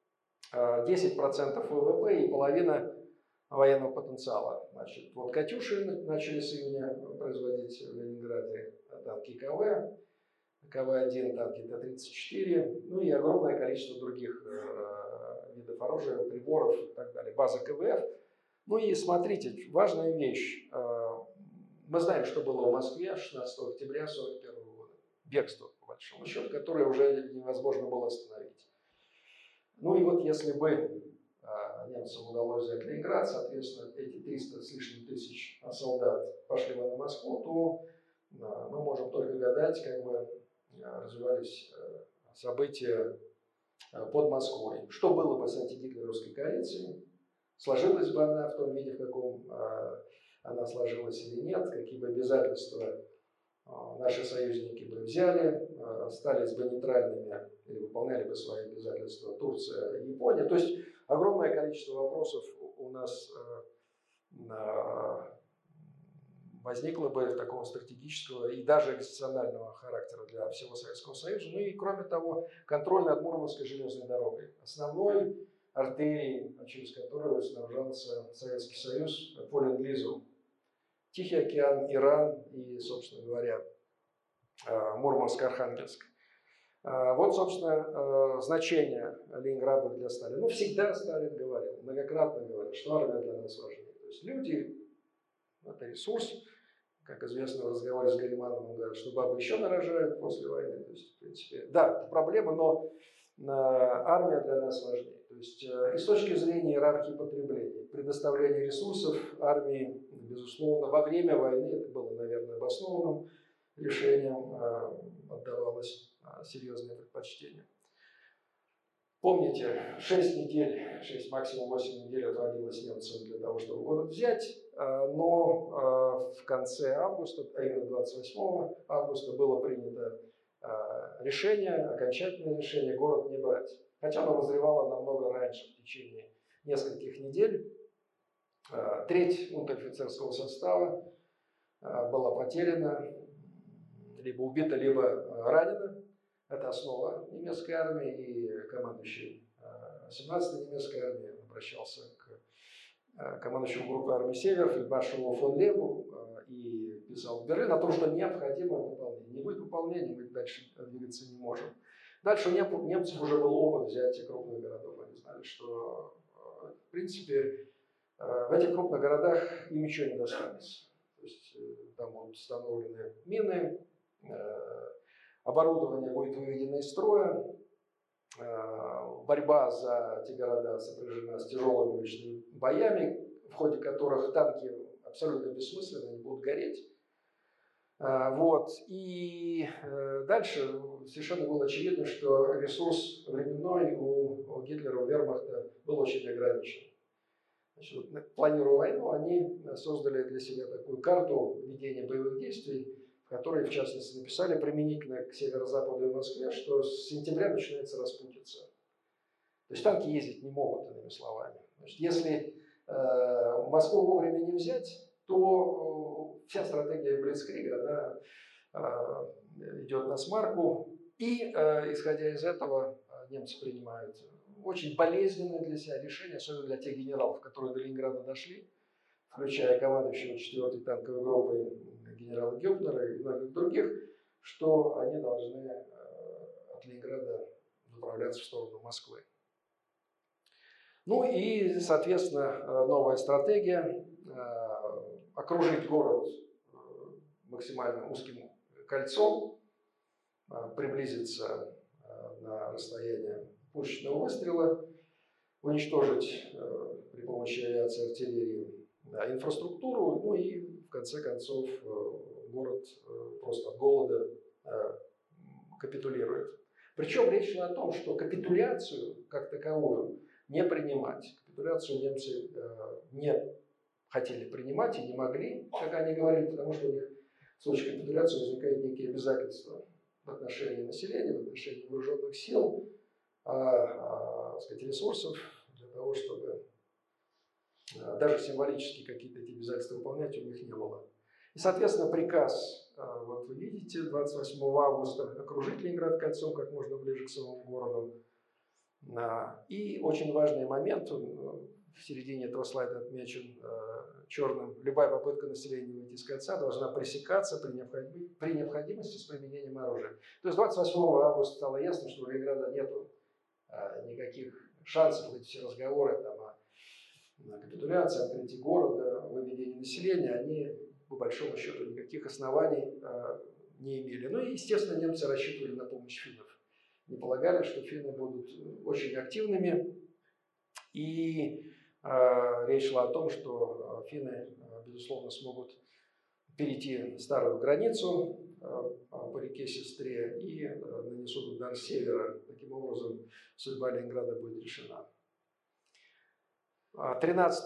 10% ВВП и половина военного потенциала. Значит, вот «Катюши» начали с июня производить в Ленинграде, танки КВ, КВ-1, танки Т-34, ну и огромное количество других видов оружия, приборов и так далее. База КВФ. Ну и смотрите, важная вещь. Мы знаем, что было в Москве 16 октября 1941 года. Бегство, по большому счету, которое уже невозможно было остановить. Ну и вот если бы немцам удалось взять Ленинград, соответственно, эти 300 с лишним тысяч солдат пошли бы на Москву, то мы можем только гадать, как бы развивались события под Москвой. Что было бы с антигитлеровской коалицией? Сложилась бы она в том виде, в каком она сложилась или нет? Какие бы обязательства наши союзники бы взяли? Остались бы нейтральными или выполняли бы свои обязательства Турция и Япония? То есть огромное количество вопросов у нас возникло бы такого стратегического и даже экзистенциального характера для всего Советского Союза. Ну и, кроме того, контроль над Мурманской железной дорогой. Основной артерией, через которую снабжался Советский Союз по ленд-лизу. Тихий океан, Иран и, собственно говоря, Мурманск-Архангельск. Вот, собственно, значение Ленинграда для Сталина. Ну, всегда Сталин говорил, многократно говорил, что армия для нас важнее. То есть люди – это ресурс. Как известно в разговоре с Гаримановым, он говорит, что бабы еще нарожают после войны. То есть, в принципе, да, это проблема, но армия для нас важнее. То есть, и с точки зрения иерархии потребления, предоставление ресурсов армии, безусловно, во время войны, это было, наверное, обоснованным решением, отдавалось серьезное предпочтение. Помните, 6 недель, 6, максимум 8 недель отводилось немцам для того, чтобы город взять, но в конце августа, а именно 28 августа, было принято решение, окончательное решение город не брать. Хотя оно возревало намного раньше, в течение нескольких недель. Треть унтер-офицерского состава была потеряна, либо убита, либо ранена. Это основа немецкой армии, и командующий 17-й немецкой армии обращался к командующему группы армии «Север», фельдмаршалу фон Лебу, и писал в Берлин о том, что необходимо выполнение. Не будет выполнения, мы дальше двигаться не можем. Дальше у немцев уже был опыт взятия крупных городов. Они знали, что, в принципе, в этих крупных городах им ничего не достанется. То есть там будут установлены мины, оборудование будет выведено из строя, борьба за эти города сопряжена с тяжелыми уличными боями, в ходе которых танки абсолютно бессмысленно, они будут гореть. Вот. И дальше совершенно было очевидно, что ресурс временной у Гитлера, у Вермахта был очень ограничен. Значит, вот, планируя войну, они создали для себя такую карту ведения боевых действий, в которой, в частности, написали применительно к северо-западу и Москве, что с сентября начинается распутица. То есть танки ездить не могут, иными словами. Значит, если Москву вовремя не взять, то вся стратегия Блицкрига, она идет на смарку. И, исходя из этого, немцы принимают очень болезненное для себя решение, особенно для тех генералов, которые до Ленинграда дошли, включая командующего 4-й танковой группой генерала Гёбнера и многих других, что они должны от Ленинграда направляться в сторону Москвы. Ну и, соответственно, новая стратегия – окружить город максимально узким кольцом, приблизиться на расстояние пушечного выстрела, уничтожить при помощи авиации, артиллерии инфраструктуру, ну и в конце концов город просто от голода капитулирует. Причем речь шла о том, что капитуляцию как таковую не принимать. Капитуляцию немцы не хотели принимать и не могли, как они говорили, потому что у них в случае капитуляции возникают некие обязательства в отношении населения, в отношении вооруженных сил, так сказать, ресурсов для того, чтобы даже символически какие-то эти обязательства выполнять у них не было. И, соответственно, приказ, вот вы видите, 28 августа окружить Ленинград кольцом как можно ближе к самому городу. И очень важный момент, в середине этого слайда отмечен черным, любая попытка населения выйти из кольца должна пресекаться при необходимости с применением оружия. То есть 28 августа стало ясно, что у Ленинграда нет никаких шансов, эти все разговоры там, о капитуляции, открытии города, выведении населения, они по большому счету никаких оснований не имели. Ну и, естественно, немцы рассчитывали на помощь финнов. Не полагали, что финны будут очень активными. И речь шла о том, что финны, безусловно, смогут перейти старую границу по реке Сестре и нанесут удар с севера. Таким образом, судьба Ленинграда будет решена. 13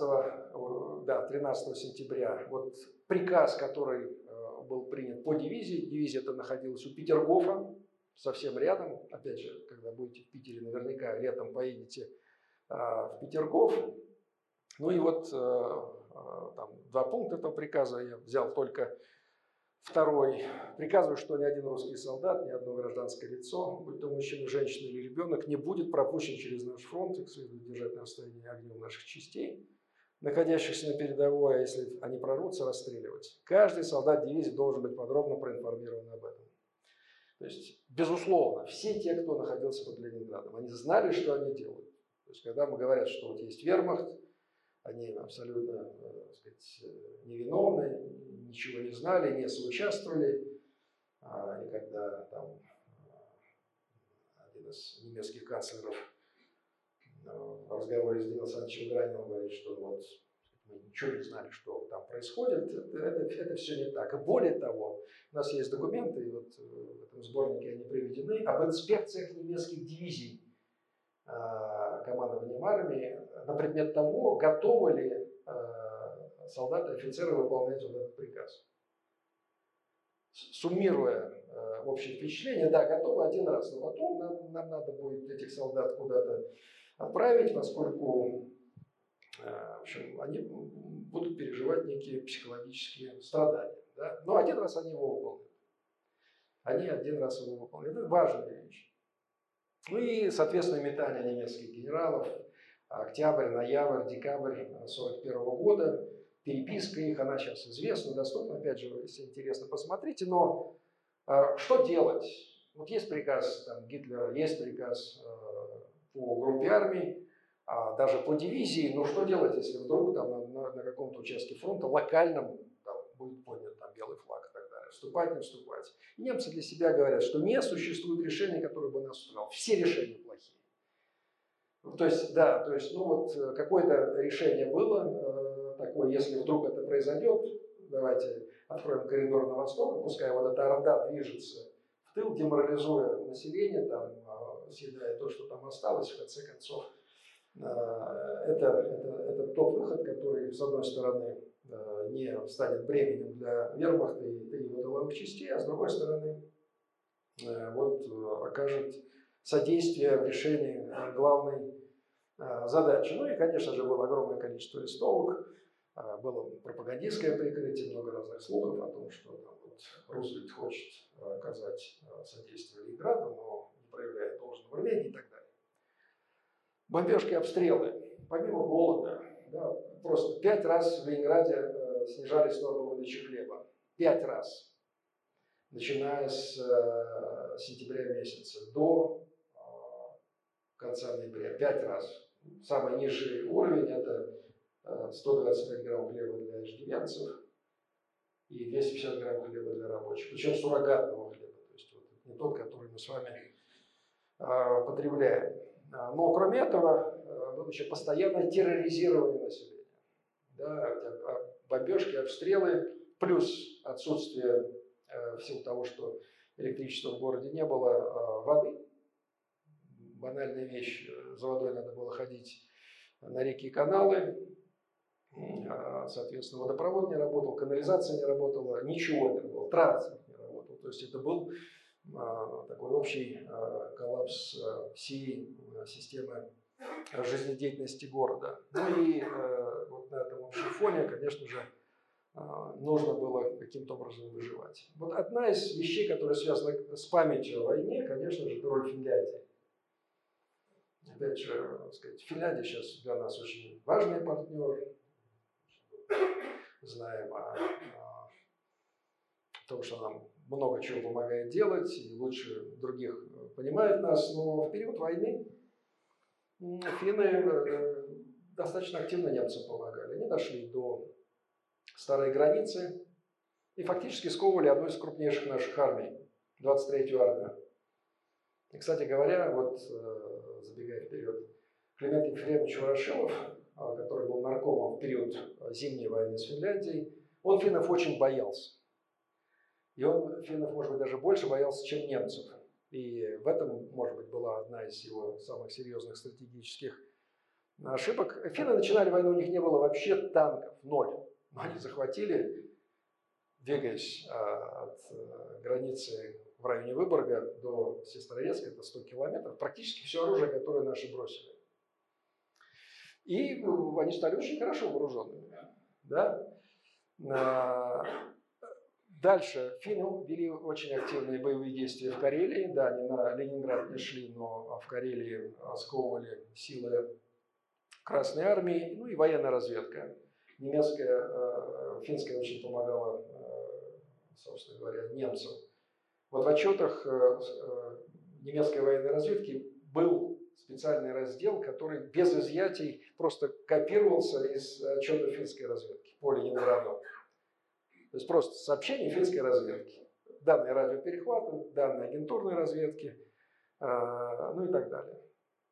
сентября вот приказ, который был принят по дивизии. Дивизия эта находилась у Петергофа, совсем рядом. Опять же, когда будете в Питере, наверняка летом поедете в Петергоф. Ну и вот там 2 пункта этого приказа, я взял только второй. Приказываю, что ни один русский солдат, ни одно гражданское лицо, будь то мужчина, женщина или ребенок, не будет пропущен через наш фронт, их следует держать на расстоянии огня наших частей, находящихся на передовой, а если они прорвутся, расстреливать. Каждый солдат дивизии должен быть подробно проинформирован об этом. То есть, безусловно, все те, кто находился под Ленинградом, они знали, что они делают. То есть, когда мы говорят, что вот есть вермахт, они абсолютно, так сказать, невиновны, ничего не знали, не соучаствовали. И когда там один из немецких канцлеров в разговоре с Даниилом Александровичем Граниным говорит, что вот мы ничего не знали, что там происходит, это все не так. И более того, у нас есть документы, и вот в этом сборнике они приведены, об инспекциях немецких дивизий командованием армии на предмет того, готовы ли солдаты и офицеры выполнять вот этот приказ. Суммируя общее впечатление, да, готовы один раз, но потом нам надо будет этих солдат куда-то отправить, поскольку в общем, они будут переживать некие психологические страдания. Да? Но один раз они его выполнят. Они один раз его выполнят. Это важная вещь. Ну и, соответственно, метания немецких генералов. Октябрь, ноябрь, декабрь 1941 года. Переписка их, она сейчас известна, доступна. Опять же, если интересно, посмотрите. Но что делать? Вот есть приказ там, Гитлера, есть приказ по группе армий, даже по дивизии. Но что делать, если вдруг там, на каком-то участке фронта локальном там, будет поднят там, белый флаг и так далее? Вступать, не вступать? И немцы для себя говорят, что не существует решения, которое бы нас устроило. Все решения плохие. То есть, да, то есть, ну вот какое-то решение было такое, если вдруг это произойдет, давайте откроем коридор на восток, пускай вот эта орда движется в тыл, деморализуя население, там, съедая то, что там осталось, в конце концов, это тот выход, который, с одной стороны, не станет бременем для вермахта и его тыловых частей, а с другой стороны, вот, окажет содействие в решении главной задачи. Ну и, конечно же, было огромное количество листовок, было пропагандистское прикрытие, много разных слухов о том, что там, вот, Рузвельт хочет оказать содействие Ленинграду, но не проявляет должного рвения и так далее. Бомбежки, обстрелы, помимо голода, да, просто 5 раз в Ленинграде снижались нормы выдачи хлеба. 5 раз. Начиная с сентября месяца до конца ноября. 5 раз. Самый низший уровень – это 125 грамм хлеба для иждивенцев и 250 грамм хлеба для рабочих. Причем суррогатного хлеба, то есть вот, не тот, который мы с вами потребляем. Но кроме этого, было еще постоянное терроризирование населения. Да, бомбежки, обстрелы, плюс отсутствие, в силу того, что электричества в городе не было, воды. Банальная вещь, за водой надо было ходить на реки и каналы. Соответственно, водопровод не работал, канализация не работала, ничего не работало, транспорт не работал. То есть это был такой общий коллапс всей системы жизнедеятельности города. Ну и вот на этом общем фоне, конечно же, нужно было каким-то образом выживать. Вот одна из вещей, которая связана с памятью о войне, конечно же, это роль Финляндии. Опять же, так сказать, Финляндия сейчас для нас очень важный партнер. Знаем о том, что нам много чего помогает делать, и лучше других понимает нас. Но в период войны финны достаточно активно немцам помогали. Они дошли до старой границы и фактически сковывали одну из крупнейших наших армий, 23-ю армию. И, кстати говоря, вот забегая вперед, Климент Ефремович Ворошилов, который был наркомом в период зимней войны с Финляндией, он финнов очень боялся. И он финнов, может быть, даже больше боялся, чем немцев. И в этом, может быть, была одна из его самых серьезных стратегических ошибок. Финны начинали войну, у них не было вообще танков, 0. Но они захватили, двигаясь от границы в районе Выборга до Сестрорецка, это 100 километров, практически все оружие, которое наши бросили. И они стали очень хорошо вооруженными. Да? Дальше финны вели очень активные боевые действия в Карелии. Да, они на Ленинград не шли, но в Карелии сковывали силы Красной Армии. Ну и военная разведка. Немецкая, финская очень помогала, собственно говоря, немцам. Вот в отчетах немецкой военной разведки был специальный раздел, который без изъятий просто копировался из отчета финской разведки по Ленинграду. То есть просто сообщения финской разведки. Данные радиоперехвата, данные агентурной разведки, ну и так далее.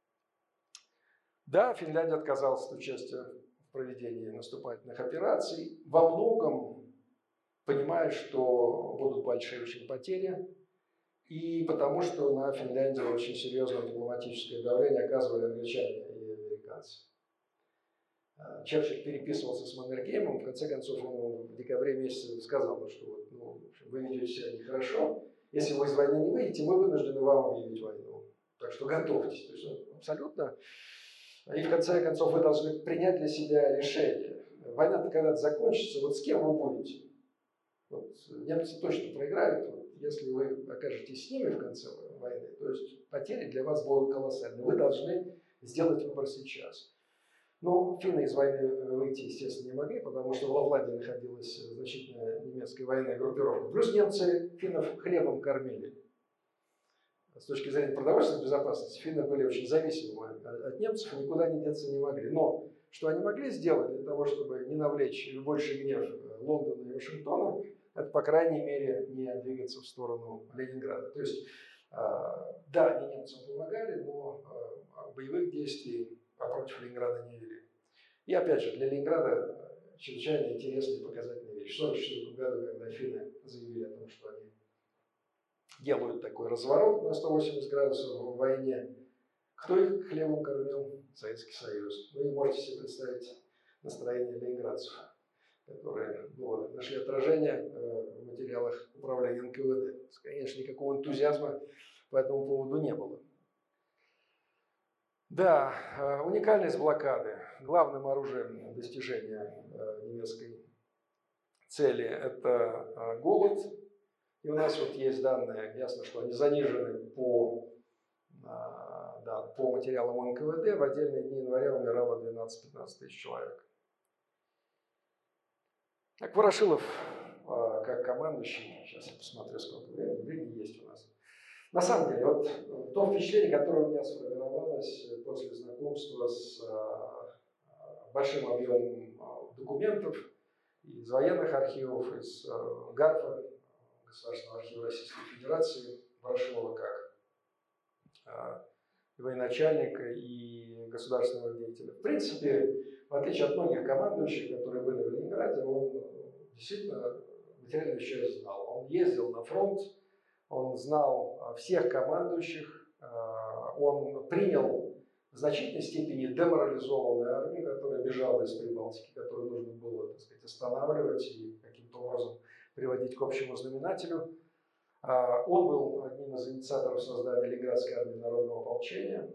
Да, Финляндия отказалась от участия в проведении наступательных операций. Во многом понимая, что будут большие очень потери, и потому что на Финляндию очень серьезное дипломатическое давление оказывали англичане и американцы. Черчилль переписывался с Маннергеймом, в конце концов он в декабре месяце сказал, что вот, ну, вы ведете себя нехорошо, если вы из войны не выйдете, мы вынуждены вам объявить войну. Так что готовьтесь. То есть абсолютно. И в конце концов вы должны принять для себя решение. Война-то когда-то закончится, вот с кем вы будете? Вот, немцы точно проиграют, вот, если вы окажетесь с ними в конце войны, то есть потери для вас будут колоссальны. Вы должны сделать выбор сейчас. Но финны из войны выйти, естественно, не могли, потому что во Владе находилась значительная немецкая военная группировка. Плюс немцы финнов хлебом кормили. С точки зрения продовольственной безопасности финны были очень зависимы от немцев и никуда не деться не могли. Но что они могли сделать для того, чтобы не навлечь больший гнев Лондона и Вашингтона, это, по крайней мере, не двигаться в сторону Ленинграда. То есть, да, они немцам помогали, но боевых действий против Ленинграда не вели. И опять же, для Ленинграда чрезвычайно интересная и показательная вещь. В 1944 году, когда финны заявили о том, что они делают такой разворот на 180 градусов в войне, кто их хлебом кормил? Советский Союз. Вы можете себе представить настроение ленинградцев, которые нашли отражение в материалах управления НКВД. Конечно, никакого энтузиазма по этому поводу не было. Да, уникальность блокады. Главным оружием достижения немецкой цели – это голод. И у нас вот есть данные, ясно, что они занижены по материалам НКВД. В отдельные дни января умирало 12-15 тысяч человек. Так, Ворошилов, как командующий, сейчас я посмотрю, сколько времени есть у нас. На самом деле, вот то впечатление, которое у меня сформировалось после знакомства с большим объемом документов из военных архивов, из ГАРФа, Государственного архива Российской Федерации, Ворошилова как военачальника и государственного деятеля. В принципе, в отличие от многих командующих, которые были в Ленинграде, он действительно материальную часть знал. Он ездил на фронт, он знал всех командующих, он принял в значительной степени деморализованную армию, которая бежала из Прибалтики, которую нужно было, так сказать, останавливать и каким-то образом приводить к общему знаменателю. Он был одним из инициаторов создания Ленинградской армии народного ополчения.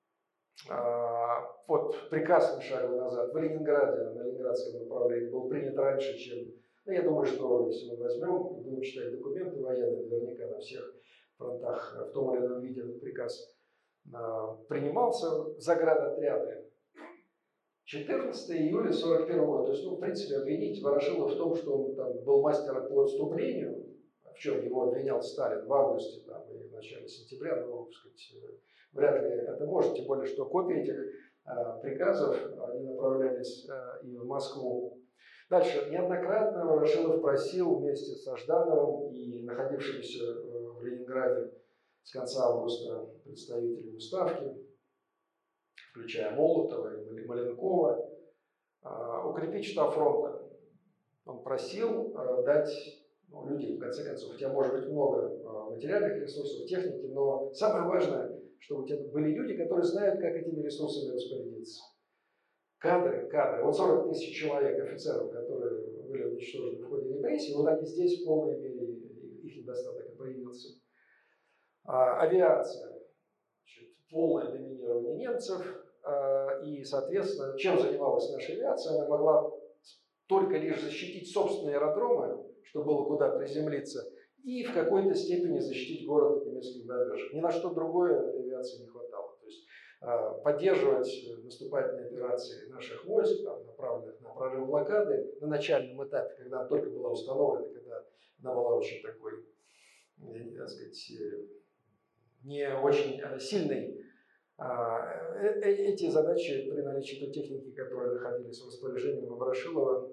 Вот приказ на шаг назад в Ленинграде, на ленинградском направлении, был принят раньше, чем... Ну, я думаю, что если мы возьмем и будем читать документы военные, наверняка на всех фронтах в том или ином виде этот приказ принимался. Заградотряды. 14 июля 1941 года. То есть, в принципе, обвинить Ворошилова в том, что он там был мастером по отступлению, в чем его обвинял Сталин в августе и в начале сентября, так сказать, вряд ли это может, тем более, что копии этих приказов, они направлялись и в Москву. Дальше. Неоднократно Ворошилов просил вместе с Ждановым и находившимися в Ленинграде с конца августа представителями Ставки, включая Молотова и Маленкова, укрепить штаб фронта. Он просил дать людей, в конце концов. У тебя может быть много материальных ресурсов, техники, но самое важное, чтобы у тебя были люди, которые знают, как этими ресурсами распорядиться. Кадры. Вот 40 тысяч человек, офицеров, которые были уничтожены в ходе репрессий, вот они здесь в полной мере, их недостаток и проявился. Авиация. Значит, полное доминирование немцев. и, соответственно, чем занималась наша авиация? Она могла только лишь защитить собственные аэродромы, чтобы было куда приземлиться, и в какой-то степени защитить город от немецких бомбежек. Ни на что другое авиации не хватало. То есть поддерживать наступательные операции наших войск, там, направленных на прорыв блокады, на начальном этапе, когда она только была установлена, когда она была очень такой, так сказать, не очень сильной. Эти задачи при наличии той техники, которые находились в распоряжении Ворошилова,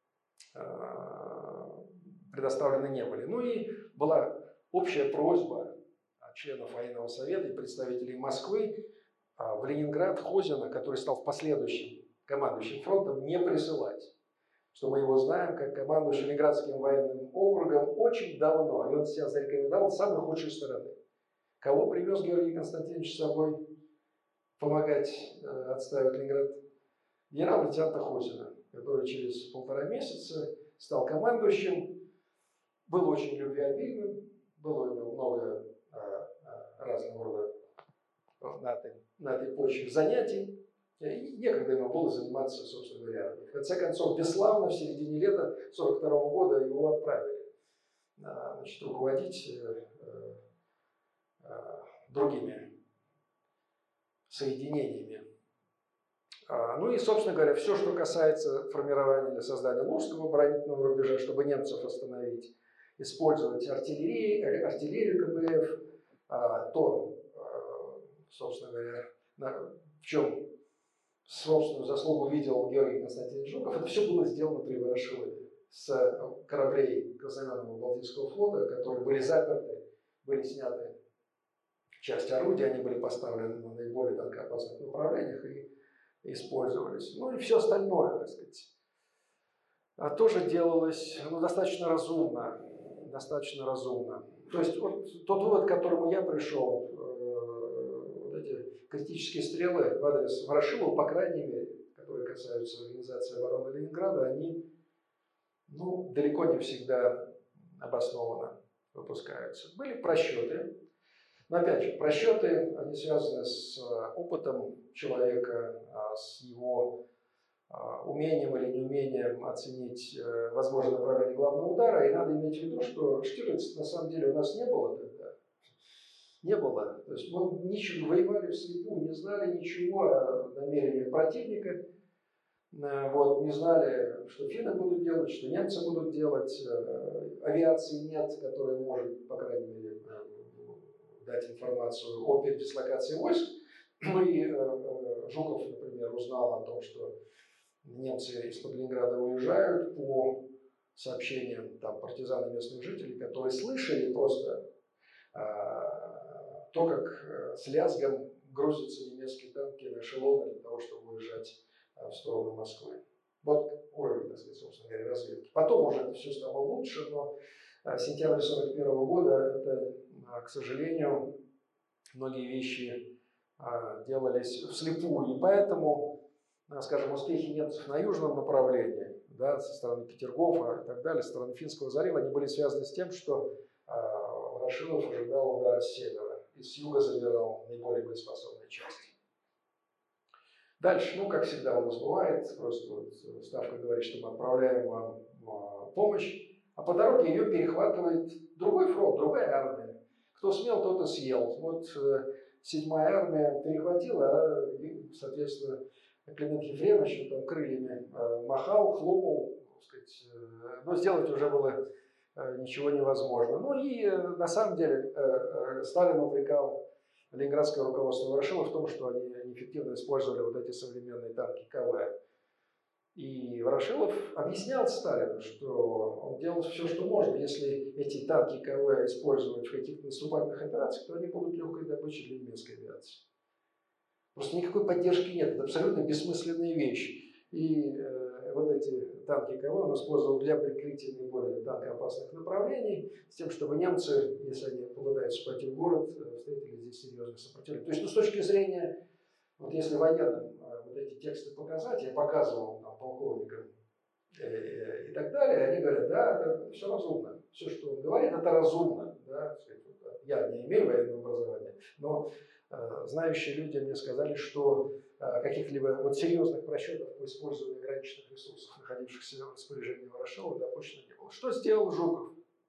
предоставлены не были. Ну и была общая просьба членов военного совета и представителей Москвы в Ленинград Хозина, который стал в последующем командующим фронтом, не присылать. Что мы его знаем как командующий Ленинградским военным округом очень давно, и он себя зарекомендовал с самой худшей стороны. Кого привез Георгий Константинович с собой помогать отстаивать Ленинград? Генерал-лейтенанта Хозина, который через 1,5 месяца стал командующим, был очень любвеобильным, было у него много разного рода на этой почве занятий, и некогда ему было заниматься, собственно говоря, армией. В конце концов, бесславно в середине лета 1942 года его отправили, значит, руководить другими соединениями. Ну и, собственно говоря, все, что касается формирования или создания Лужского оборонительного рубежа, чтобы немцев остановить, использовать артиллерию КБФ, то, собственно говоря, в чем собственную заслугу видел Георгий Константинович Жуков, это все было сделано при Ворошилове с кораблей Краснознаменного Балтийского флота, которые были заперты, были сняты часть орудий, они были поставлены на наиболее танкоопасных направлениях и использовались. Ну и все остальное, так сказать, тоже делалось достаточно разумно. Достаточно разумно. То есть вот тот вывод, к которому я пришел, вот эти критические стрелы в адрес Ворошилова, по крайней мере, которые касаются организации обороны Ленинграда, они далеко не всегда обоснованно выпускаются. Были просчеты. Но опять же, просчеты, они связаны с опытом человека, с его умением или неумением оценить возможное направление главного удара. И надо иметь в виду, что Штирлиц на самом деле у нас не было тогда. Не было. То есть мы ничего, воевали вслепую, не знали ничего о намерениях противника. Вот, не знали, что финны будут делать, что немцы будут делать. Авиации нет, которая может, по крайней мере, дать информацию о передислокации войск. Ну и Жуков, например, узнал о том, что немцы из-под Ленинграда уезжают по сообщениям партизан и местных жителей, которые слышали просто то, как с лязгом грузятся немецкие танки на эшелоны для того, чтобы уезжать в сторону Москвы. Вот уровень, так сказать, собственно говоря, разведки. Потом уже это все стало лучше, но сентябрь 1941 года это, к сожалению, многие вещи делались вслепую, и поэтому, скажем, успехи немцев на южном направлении, да, со стороны Петергофа и так далее, со стороны Финского залива, они были связаны с тем, что Ворошилов ожидал удара с севера и с юга забирал наиболее боеспособные части. Дальше, как всегда у нас бывает, просто вот Ставка говорит, что мы отправляем вам помощь, а по дороге ее перехватывает другой фронт, другая армия. Кто смел, тот и съел. Вот 7-я армия перехватила, и, соответственно, Климент Ефремович там крыльями махал, хлопал, так сказать, но сделать уже было ничего невозможно. Ну и на самом деле Сталин упрекал ленинградское руководство Ворошилова в том, что они неэффективно использовали вот эти современные танки КВ. И Ворошилов объяснял Сталину, что он делал все, что можно. Если эти танки КВ использовать в каких-то наступательных операциях, то они будут легкой добычей для немецкой авиации. Просто никакой поддержки нет. Это абсолютно бессмысленные вещи. И вот эти танки КВ он использовал для прикрытия наиболее танкоопасных направлений, с тем, чтобы немцы, если они попытаются пойти в город, встретили здесь серьезное сопротивление. То есть, с точки зрения, вот если военным вот эти тексты показать, я показывал полковникам и так далее, они говорят, да, это все разумно. Все, что он говорит, это разумно. Да? Я не имею военного образования, но знающие люди мне сказали, что каких-либо вот серьезных просчетов по использованию ограниченных ресурсов, находившихся в распоряжении Ворошилова, допущено не было. Что сделал Жуков?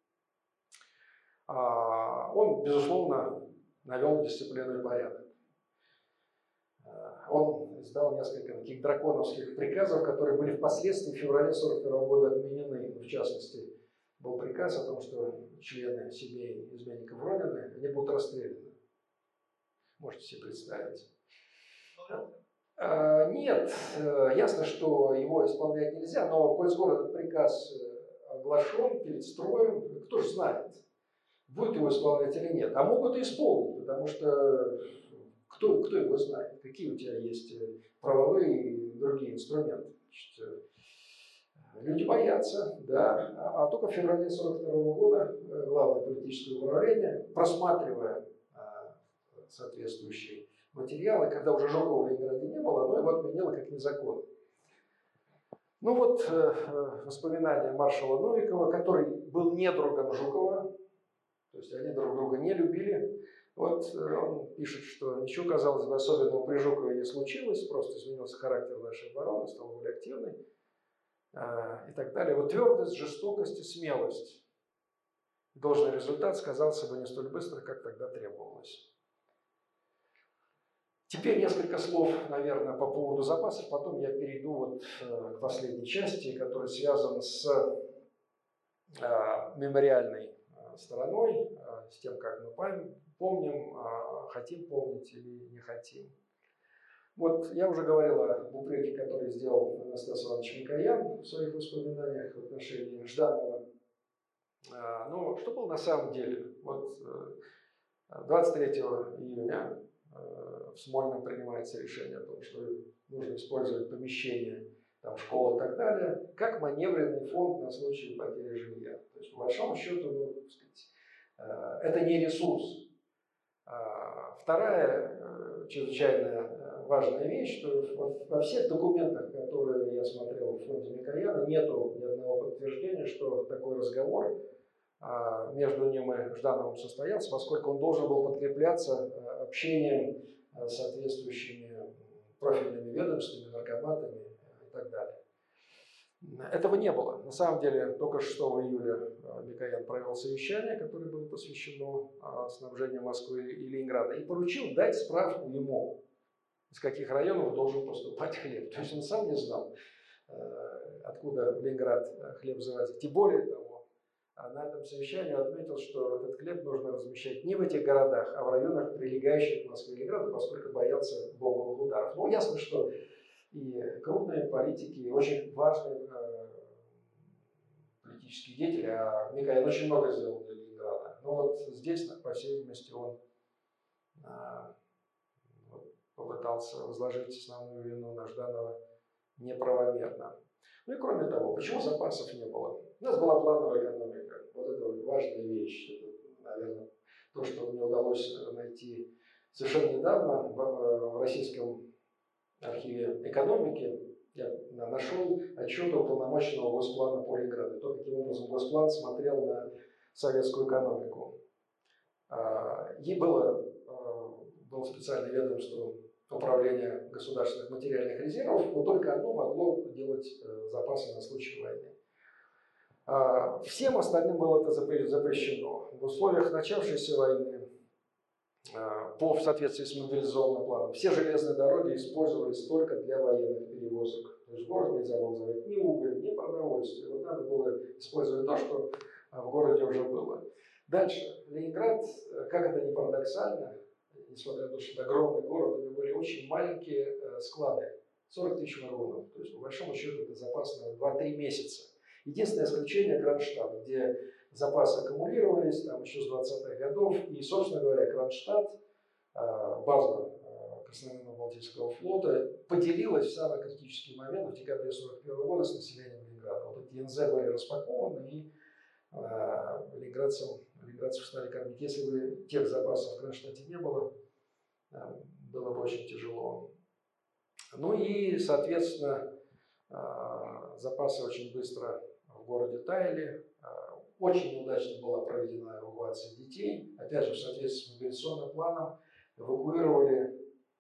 Он, безусловно, навел дисциплину и порядок. Он издал несколько таких драконовских приказов, которые были впоследствии в феврале 1941 года отменены. В частности, был приказ о том, что члены семей изменников Родины, они будут расстреляны. Можете себе представить. Нет, ясно, что его исполнять нельзя, но коль скоро этот приказ оглашен перед строем, кто же знает, будет его исполнять или нет. А могут и исполнить, потому что кто его знает, какие у тебя есть правовые и другие инструменты. Значит, люди боятся, да. А только в феврале 1942 года Главное политическое управление, просматривая соответствующие материалы, когда уже Жукова в Ленинграде не было, оно его отменило как незаконно. Ну вот воспоминания маршала Новикова, который был недругом Жукова, то есть они друг друга не любили. Вот он пишет, что ничего, казалось бы, особенного при Жукове не случилось, просто изменился характер нашей обороны, стал более активной и так далее. Вот твердость, жестокость и смелость. Должный результат сказался бы не столь быстро, как тогда требовалось. Теперь несколько слов, наверное, по поводу запасов, потом я перейду вот к последней части, которая связана с мемориальной стороной, с тем, как мы помним, хотим помнить или не хотим. Вот я уже говорил о упреке, который сделал Анастас Иванович Микоян в своих воспоминаниях в отношении Жданова. Но что было на самом деле? Вот 23 июня в Смольном принимается решение о том, что нужно использовать помещения, там, школы и так далее, как маневренный фонд на случай потери жилья. То есть, по большому счету, ну, так сказать, это не ресурс. Вторая чрезвычайно важная вещь, что во всех документах, которые я смотрел в фонде Микояна, нету ни одного подтверждения, что такой разговор между ним и Ждановым состоялся, поскольку он должен был подкрепляться общением с соответствующими профильными ведомствами, наркоматами и так далее. Этого не было. На самом деле, только 6 июля Микоян провел совещание, которое было посвящено снабжению Москвы и Ленинграда, и поручил дать справку ему, из каких районов должен поступать хлеб. То есть он сам не знал, откуда в Ленинград хлеб завозить. Тем более того, на этом совещании отметил, что этот хлеб нужно размещать не в этих городах, а в районах, прилегающих к Москве и Ленинграду, поскольку боялся бомбовых ударов. Но ясно, что и крупные политики, и очень важные политические деятели, а Микоян очень много сделал для Ленинграда. Но вот здесь, по всей видимости, он попытался возложить основную вину на Жданова неправомерно. Ну и кроме того, почему запасов не было? У нас была плановая экономика. Вот это важная вещь. Это, наверное, то, что мне удалось найти совершенно недавно в российском архиве экономики. Я нашел отчет уполномоченного Госплана по Ленинграду. То, каким образом Госплан смотрел на советскую экономику. Ей было специальное ведомство управления государственных материальных резервов, но только оно могло делать запасы на случай войны. Всем остальным было это запрещено. В условиях начавшейся войны, в соответствии с мобилизационным планом, все железные дороги использовались только для военных перевозок. То есть в город нельзя было завозить ни уголь, ни продовольствие. Вот надо было использовать то, что в городе уже было. Дальше. Ленинград, как это ни парадоксально, несмотря на то, что это огромный город, у него были очень маленькие склады, 40 тысяч вагонов. То есть, по большому счету, это запас на 2-3 месяца. Единственное исключение – Кронштадт, где запасы аккумулировались там еще с 20-х годов. И, собственно говоря, Кронштадт, база Красноармейского Балтийского флота, поделилась в самый критический момент в декабре 1941 года с населением Ленинграда. Вот эти НЗ были распакованы, и ленинградцев стали кормить. Если бы тех запасов в Кронштадте не было, было бы очень тяжело. Ну и, соответственно, запасы очень быстро в городе таяли. Очень неудачно была проведена эвакуация детей. Опять же, в соответствии с мобилизационным планом эвакуировали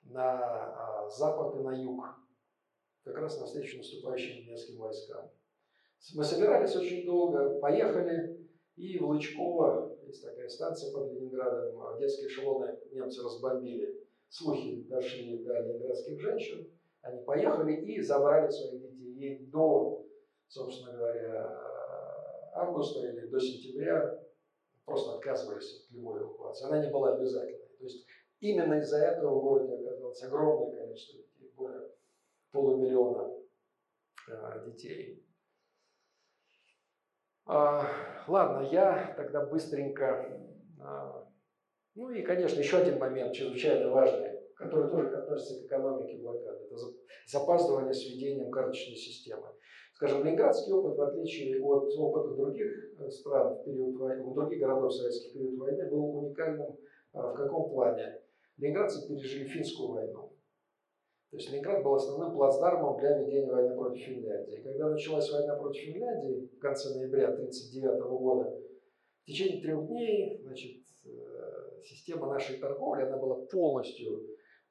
на запад и на юг, как раз навстречу наступающим немецким войскам. Мы собирались очень долго, поехали, и в Лычково, есть такая станция под Ленинградом, детские эшелоны немцы разбомбили. Слухи дошли до ленинградских женщин, они поехали и забрали своих детей. И до, собственно говоря, августа или до сентября просто отказывались от любой эвакуации. Она не была обязательной. То есть именно из-за этого в городе оказалось огромное количество детей, более полумиллиона детей. Ладно, я тогда быстренько... Ну и, конечно, еще один момент, чрезвычайно важный, который тоже относится к экономике блокады. Это запаздывание с введением карточной системы. Скажем, ленинградский опыт, в отличие от опыта других стран в период войны, других городов советских в период войны, был уникальным в каком плане? Ленинградцы пережили финскую войну. То есть Ленинград был основным плацдармом для ведения войны против Финляндии. И когда началась война против Финляндии в конце ноября 1939 года, в течение 3 дней, значит, система нашей торговли, она была полностью,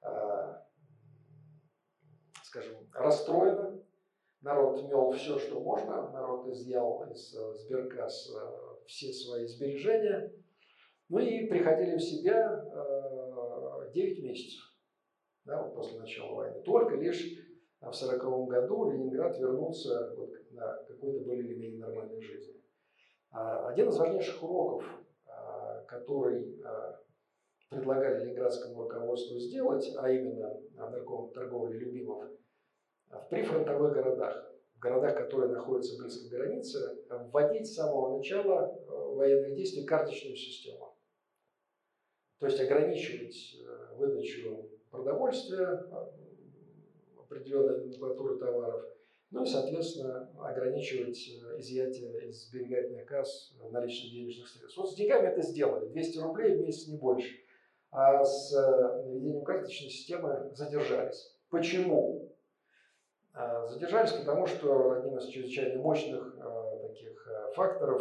скажем, расстроена. Народ мел все, что можно. Народ изъял из сберкасс все свои сбережения. Ну и приходили в себя 9 месяцев. Да, вот после начала войны. Только лишь в 1940 году Ленинград вернулся вот на какой-то более или менее нормальной жизни. Один из важнейших уроков, который предлагали ленинградскому руководству сделать, а именно нарком торговли Любимов, в прифронтовых городах, в городах, которые находятся близко к границе, вводить с самого начала военных действий карточную систему. То есть ограничивать выдачу продовольствия, определенной номенклатуры товаров, ну и, соответственно, ограничивать изъятие из сберегательных касс наличных денежных средств. Вот с деньгами это сделали. 200 рублей в месяц, не больше. А с введением карточной системы задержались. Почему? Задержались, потому что одним из чрезвычайно мощных таких факторов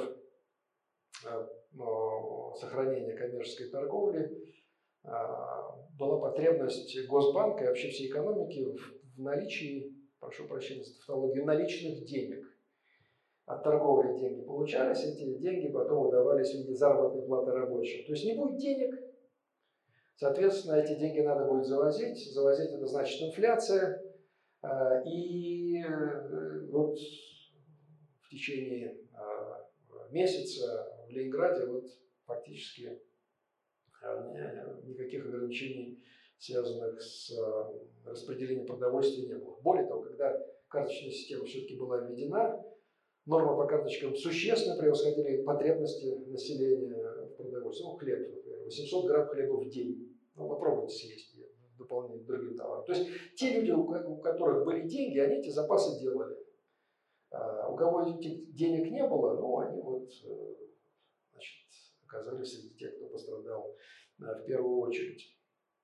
сохранения коммерческой торговли была потребность Госбанка и вообще всей экономики в наличии, прошу прощения за тавтологию, наличных денег. От торговли деньги получались, эти деньги потом выдавались в виде заработной платы рабочим. То есть не будет денег, соответственно, эти деньги надо будет завозить. Завозить это значит инфляция. И вот в течение месяца в Ленинграде вот фактически никаких ограничений, связанных с распределением продовольствия, не было. Более того, когда карточная система все-таки была введена, нормы по карточкам существенно превосходили потребности населения в продовольствии. Ну, хлеб, например, 800 грамм хлеба в день. Ну, попробуйте съесть в дополнение к другим товарам. То есть те люди, у которых были деньги, они эти запасы делали. У кого этих денег не было, ну, они вот, значит, оказались среди тех, кто пострадал в первую очередь.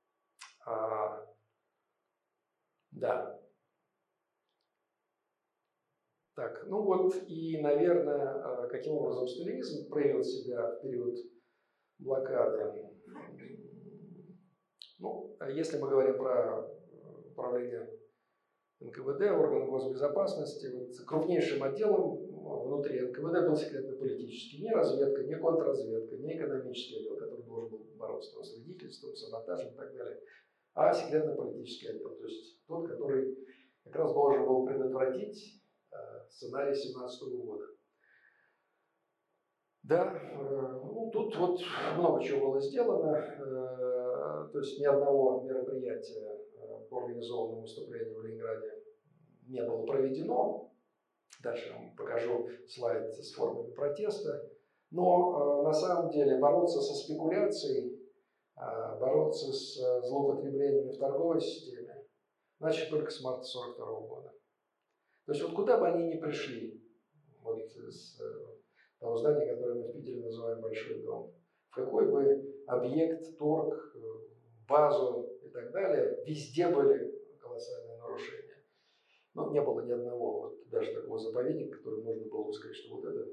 Да. Так, ну вот и, наверное, каким образом сталинизм проявил себя в период блокады. Ну, если мы говорим про управление НКВД, органы госбезопасности, вот крупнейшим отделом внутри НКВД был секретно-политический. Не разведка, не контрразведка, не экономический отдел, который должен был бороться с вредительством, саботажем и так далее, а секретно-политический отдел. То есть тот, который как раз должен был предотвратить сценарий 1917 года. Да, ну, тут вот много чего было сделано, то есть ни одного мероприятия по организованному выступлению в Ленинграде не было проведено. Дальше я вам покажу слайд с формами протеста. Но на самом деле бороться со спекуляцией, бороться с злоупотреблениями в торговой системе начали только с марта 1942 года. То есть вот куда бы они ни пришли, вот с того здания, которое мы в Питере называем Большой дом, в какой бы объект, торг, базу и так далее, везде были колоссальные нарушения. Но не было ни одного, вот даже такого заповедника, который можно было бы сказать, что вот это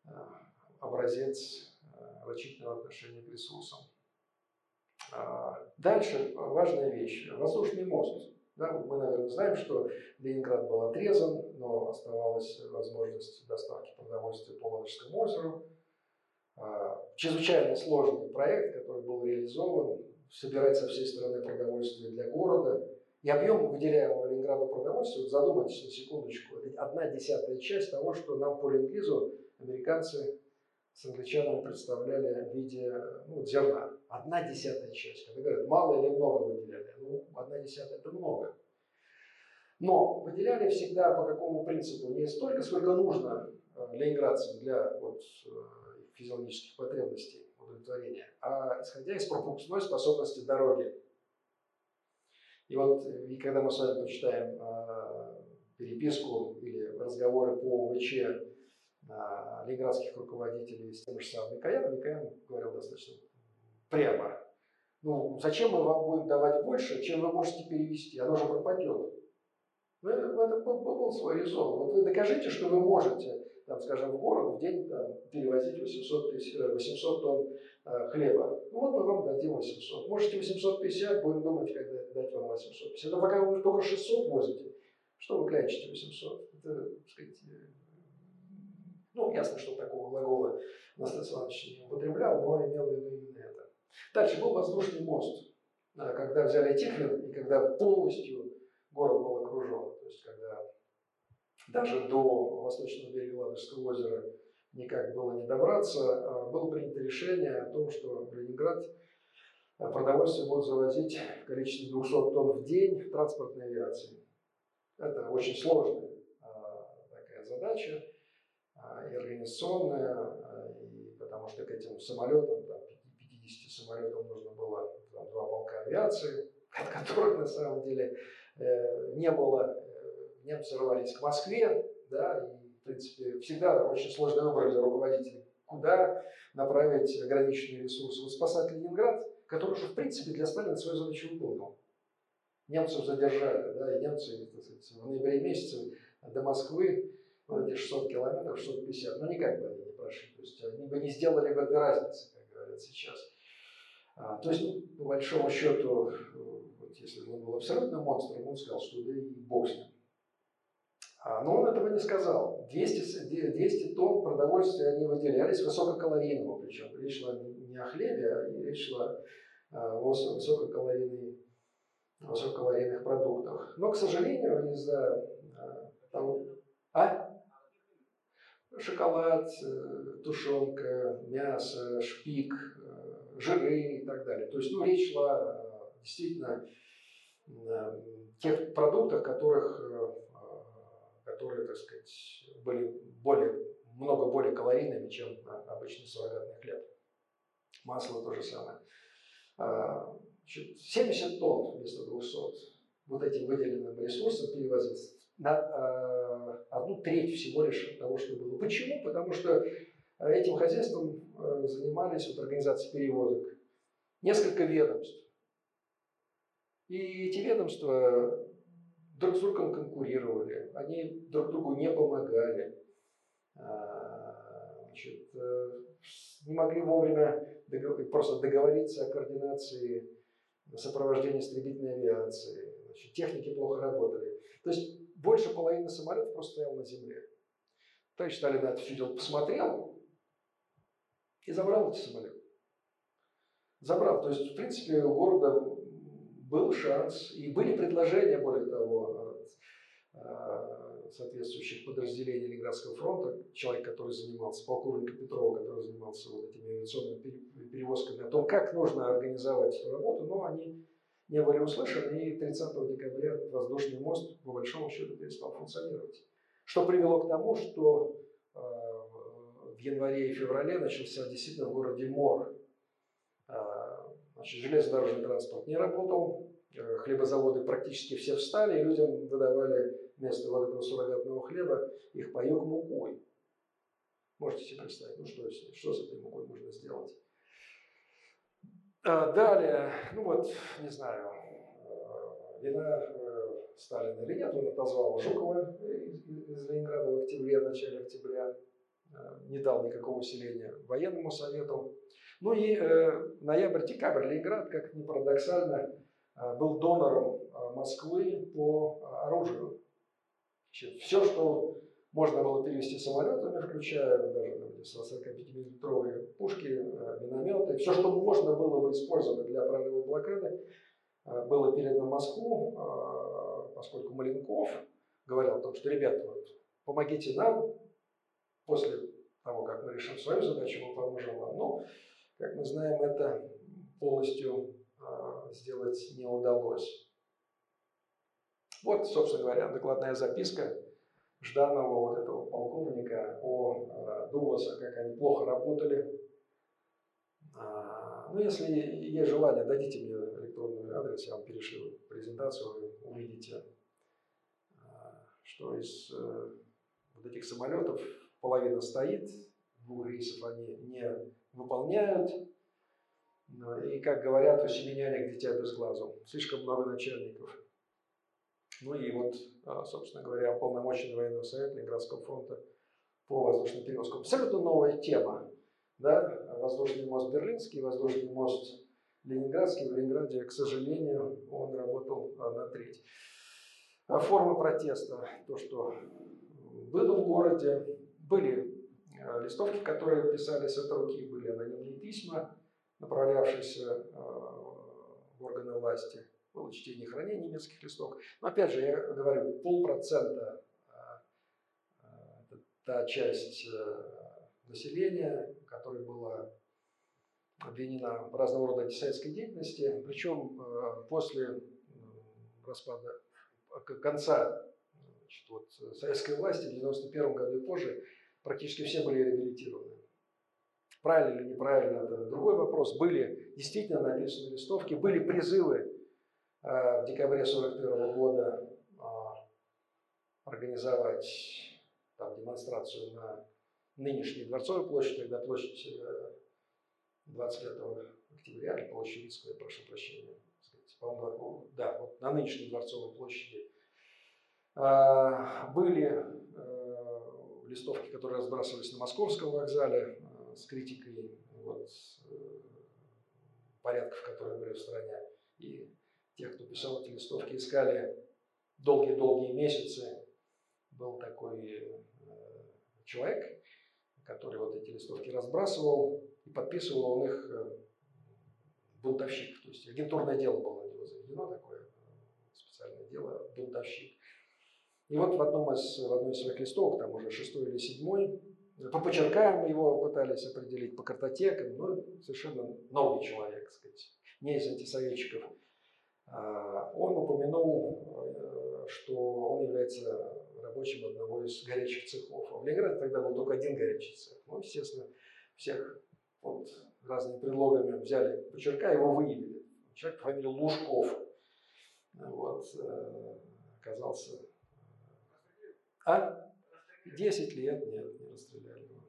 образец рачительного отношения к ресурсам. Дальше важная вещь. Воздушный мост. Да, мы, наверное, знаем, что Ленинград был отрезан, но оставалась возможность доставки продовольствия по Ладожскому озеру. Чрезвычайно сложный проект, который был реализован, собирать со всей страны продовольствие для города. И объем выделяемого Ленинграду продовольствия, вот задумайтесь на секундочку, это 1/10 часть того, что нам по ленд-лизу американцы с англичанами представляли в виде зерна. 1/10 часть. Когда говорят, мало или много выделяли, 1/10 это много. Но выделяли всегда по какому принципу? Не столько, сколько нужно ленинградцам для физиологических потребностей удовлетворения, а исходя из пропускной способности дороги. И когда мы с вами почитаем переписку или разговоры по ОВЧ ленинградских руководителей с тем же самым Микояном, Микоян говорил достаточно прямо. Зачем мы вам будем давать больше, чем вы можете перевести? Оно же пропадет. В этом был свой резон. Вот вы докажите, что вы можете, скажем, в город в день перевозить 800 тонн хлеба. Мы вам дадим 800. Можете 850, будем думать, когда дать вам 850. Но пока вы только 600 возите, что вы клянчите 800? Это, так сказать, ясно, что такого глагола Анастасий Иванович не употреблял, но имел в виду именно это. Дальше был воздушный мост. Когда взяли Тихвин, и когда полностью город был окружен, то есть когда даже до восточного берега Ладожского озера никак было не добраться, было принято решение о том, что в Ленинград продовольствие будут завозить в количестве 200 тонн в день транспортной авиации. Это очень сложная такая задача, и организационная, и потому что к этим самолетам, 50 самолетам нужно было 2 полка авиации, от которых на самом деле не было. Немцы рвались к Москве, да, и, в принципе, всегда очень сложный выбор для руководителей, куда направить ограниченные ресурсы. Спасать Ленинград, который уже, в принципе, для Сталина свою задачу выполнил. Немцев задержали, да, и немцы, так сказать, в ноябре месяце до Москвы, эти 600 километров, 650, никак бы они не прошли. То есть они бы не сделали бы этой разницы, как говорят сейчас. То есть, по большому счету, если бы он был абсолютным монстром, он сказал, что да и бог с ним. Но он этого не сказал. 200 тонн продовольствия они выделялись высококалорийного, причем речь шла не о хлебе, а речь шла о высококалорийных продуктах. Но, к сожалению, из-за того... Шоколад, тушенка, мясо, шпик, жиры и так далее. То есть, речь шла действительно о тех продуктах, которые, так сказать, были много более калорийными, чем обычный суррогатный хлеб. Масло то же самое. 70 тонн вместо 200 вот этим выделенным ресурсом перевозить на 1/3 всего лишь того, что было. Почему? Потому что этим хозяйством занимались организации перевозок несколько ведомств. И эти ведомства друг с другом конкурировали, они друг другу не помогали, не могли вовремя просто договориться о координации сопровождения истребительной авиации, техники плохо работали. То есть больше половины самолетов просто стоял на земле. Товарищ Сталин на это все дело посмотрел и забрал эти самолеты. Забрал. То есть, в принципе, у города был шанс, и были предложения, более того, от соответствующих подразделений Ленинградского фронта, человек, который занимался, полковника Петрова, который занимался этими авиационными перевозками, о том, как нужно организовать эту работу, но они не были услышаны, и 30 декабря воздушный мост, по большому счету, перестал функционировать. Что привело к тому, что в январе и феврале начался действительно в городе мор. Железнодорожный транспорт не работал, хлебозаводы практически все встали, и людям выдавали вместо этого суррогатного хлеба их паёк мукой. Можете себе представить, что с этой мукой можно сделать. Далее, не знаю, вина Сталина или нет, он отозвал Жукова из Ленинграда в начале октября, не дал никакого усиления военному совету. Ну и ноябрь-декабрь Ленинград, как ни парадоксально, был донором Москвы по оружию. Все, что можно было перевести самолетами, включая даже 45-миллиметровые пушки, минометы, все, что можно было бы использовать для прорыва блокады, было передано в Москву, поскольку Маленков говорил о том, что, ребята, вот, помогите нам, после того, как мы решим свою задачу, мы поможем вам. Но, как мы знаем, это полностью сделать не удалось. Вот, собственно говоря, докладная записка Жданова, вот этого полковника, о Дугласа, как они плохо работали. Ну, если есть желание, дадите мне электронный адрес, я вам перешлю презентацию, вы увидите, что из вот этих самолетов половина стоит, 2 рейсов они не выполняют. И, как говорят, у семеняне дитя без глазу. Слишком много начальников. Ну и вот, собственно говоря, уполномоченный военного совета Ленинградского фронта по воздушным перевозкам. Абсолютно новая тема. Да? Воздушный мост Берлинский, воздушный мост Ленинградский. В Ленинграде, к сожалению, он работал на треть. Форма протеста. То, что было в городе. Были листовки, которые писались от руки, были анонимные письма, направлявшиеся в органы власти. Было чтение и хранение немецких листовок. Но опять же, я говорю, 0,5% это та часть населения, которая была обвинена в разного рода антисоветской деятельности. Причем после распада, конца вот, советской власти в 1991 году и позже практически все были реабилитированы. Правильно или неправильно, это другой вопрос. Были действительно написаны листовки, были призывы в декабре 1941 года организовать там демонстрацию на нынешней Дворцовой площади, тогда площадь 25 октября, или площадь Ильицкого, я прошу прощения, по-моему, да, вот на нынешней Дворцовой площади были листовки, которые разбрасывались на Московском вокзале с критикой вот, порядков, которые были в стране. И тех, кто писал эти листовки, искали долгие-долгие месяцы. Был такой человек, который вот эти листовки разбрасывал и подписывал он их бунтовщик. То есть агентурное дело было на него заведено, такое специальное дело, бунтовщик. И вот в одной из своих листовок, там уже 6-й или 7-й, по почеркам его пытались определить, по картотекам, но совершенно новый человек, так сказать, не из антисоветчиков. Он упомянул, что он является рабочим одного из горячих цехов. А в Ленинграде тогда был только один горячий цех. Ну, естественно, всех под разными предлогами взяли почерка, его выявили. Человек по фамилии Лужков. Вот, оказался... 10 лет, нет, не расстреляли его.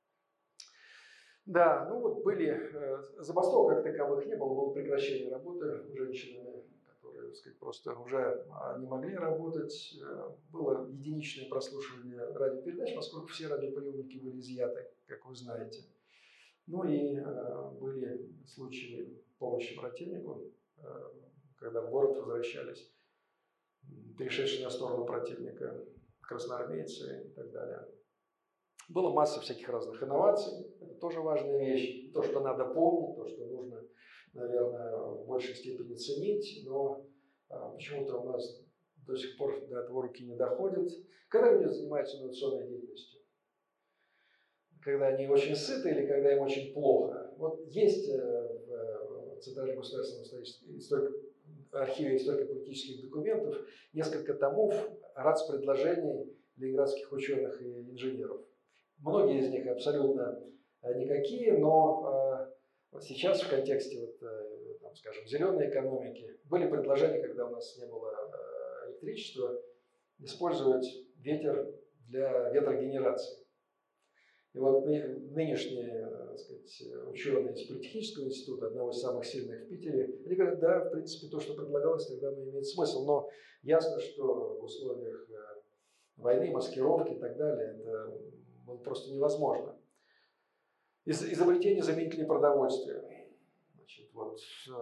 Да, ну вот были, забастовок как таковых не было, было прекращение работы женщинами, которые, так сказать, просто уже не могли работать. Было единичное прослушивание радиопередач, поскольку все радиоприемники были изъяты, как вы знаете. Ну и были случаи помощи противнику, когда в город возвращались перешедшие на сторону противника красноармейцы и так далее. Была масса всяких разных инноваций. Это тоже важная вещь. То, что надо помнить, то, что нужно, наверное, в большей степени ценить, но почему-то у нас до сих пор до этого руки не доходят. Когда люди занимаются инновационной деятельностью? Когда они очень сыты или когда им очень плохо? Вот есть в Центральном государственном архиве историко-политических документов несколько томов РАЦ-предложений ленинградских ученых и инженеров. Многие из них абсолютно никакие, но сейчас в контексте, вот, там, скажем, зеленой экономики были предложения, когда у нас не было электричества, использовать ветер для ветрогенерации. И вот нынешние, так сказать, ученые из Политехнического института, одного из самых сильных в Питере, они говорят, да, в принципе, то, что предлагалось, тогда оно имеет смысл, но ясно, что в условиях войны, маскировки и так далее, это было просто невозможно. Изобретение заменителей продовольствия. Значит, вот,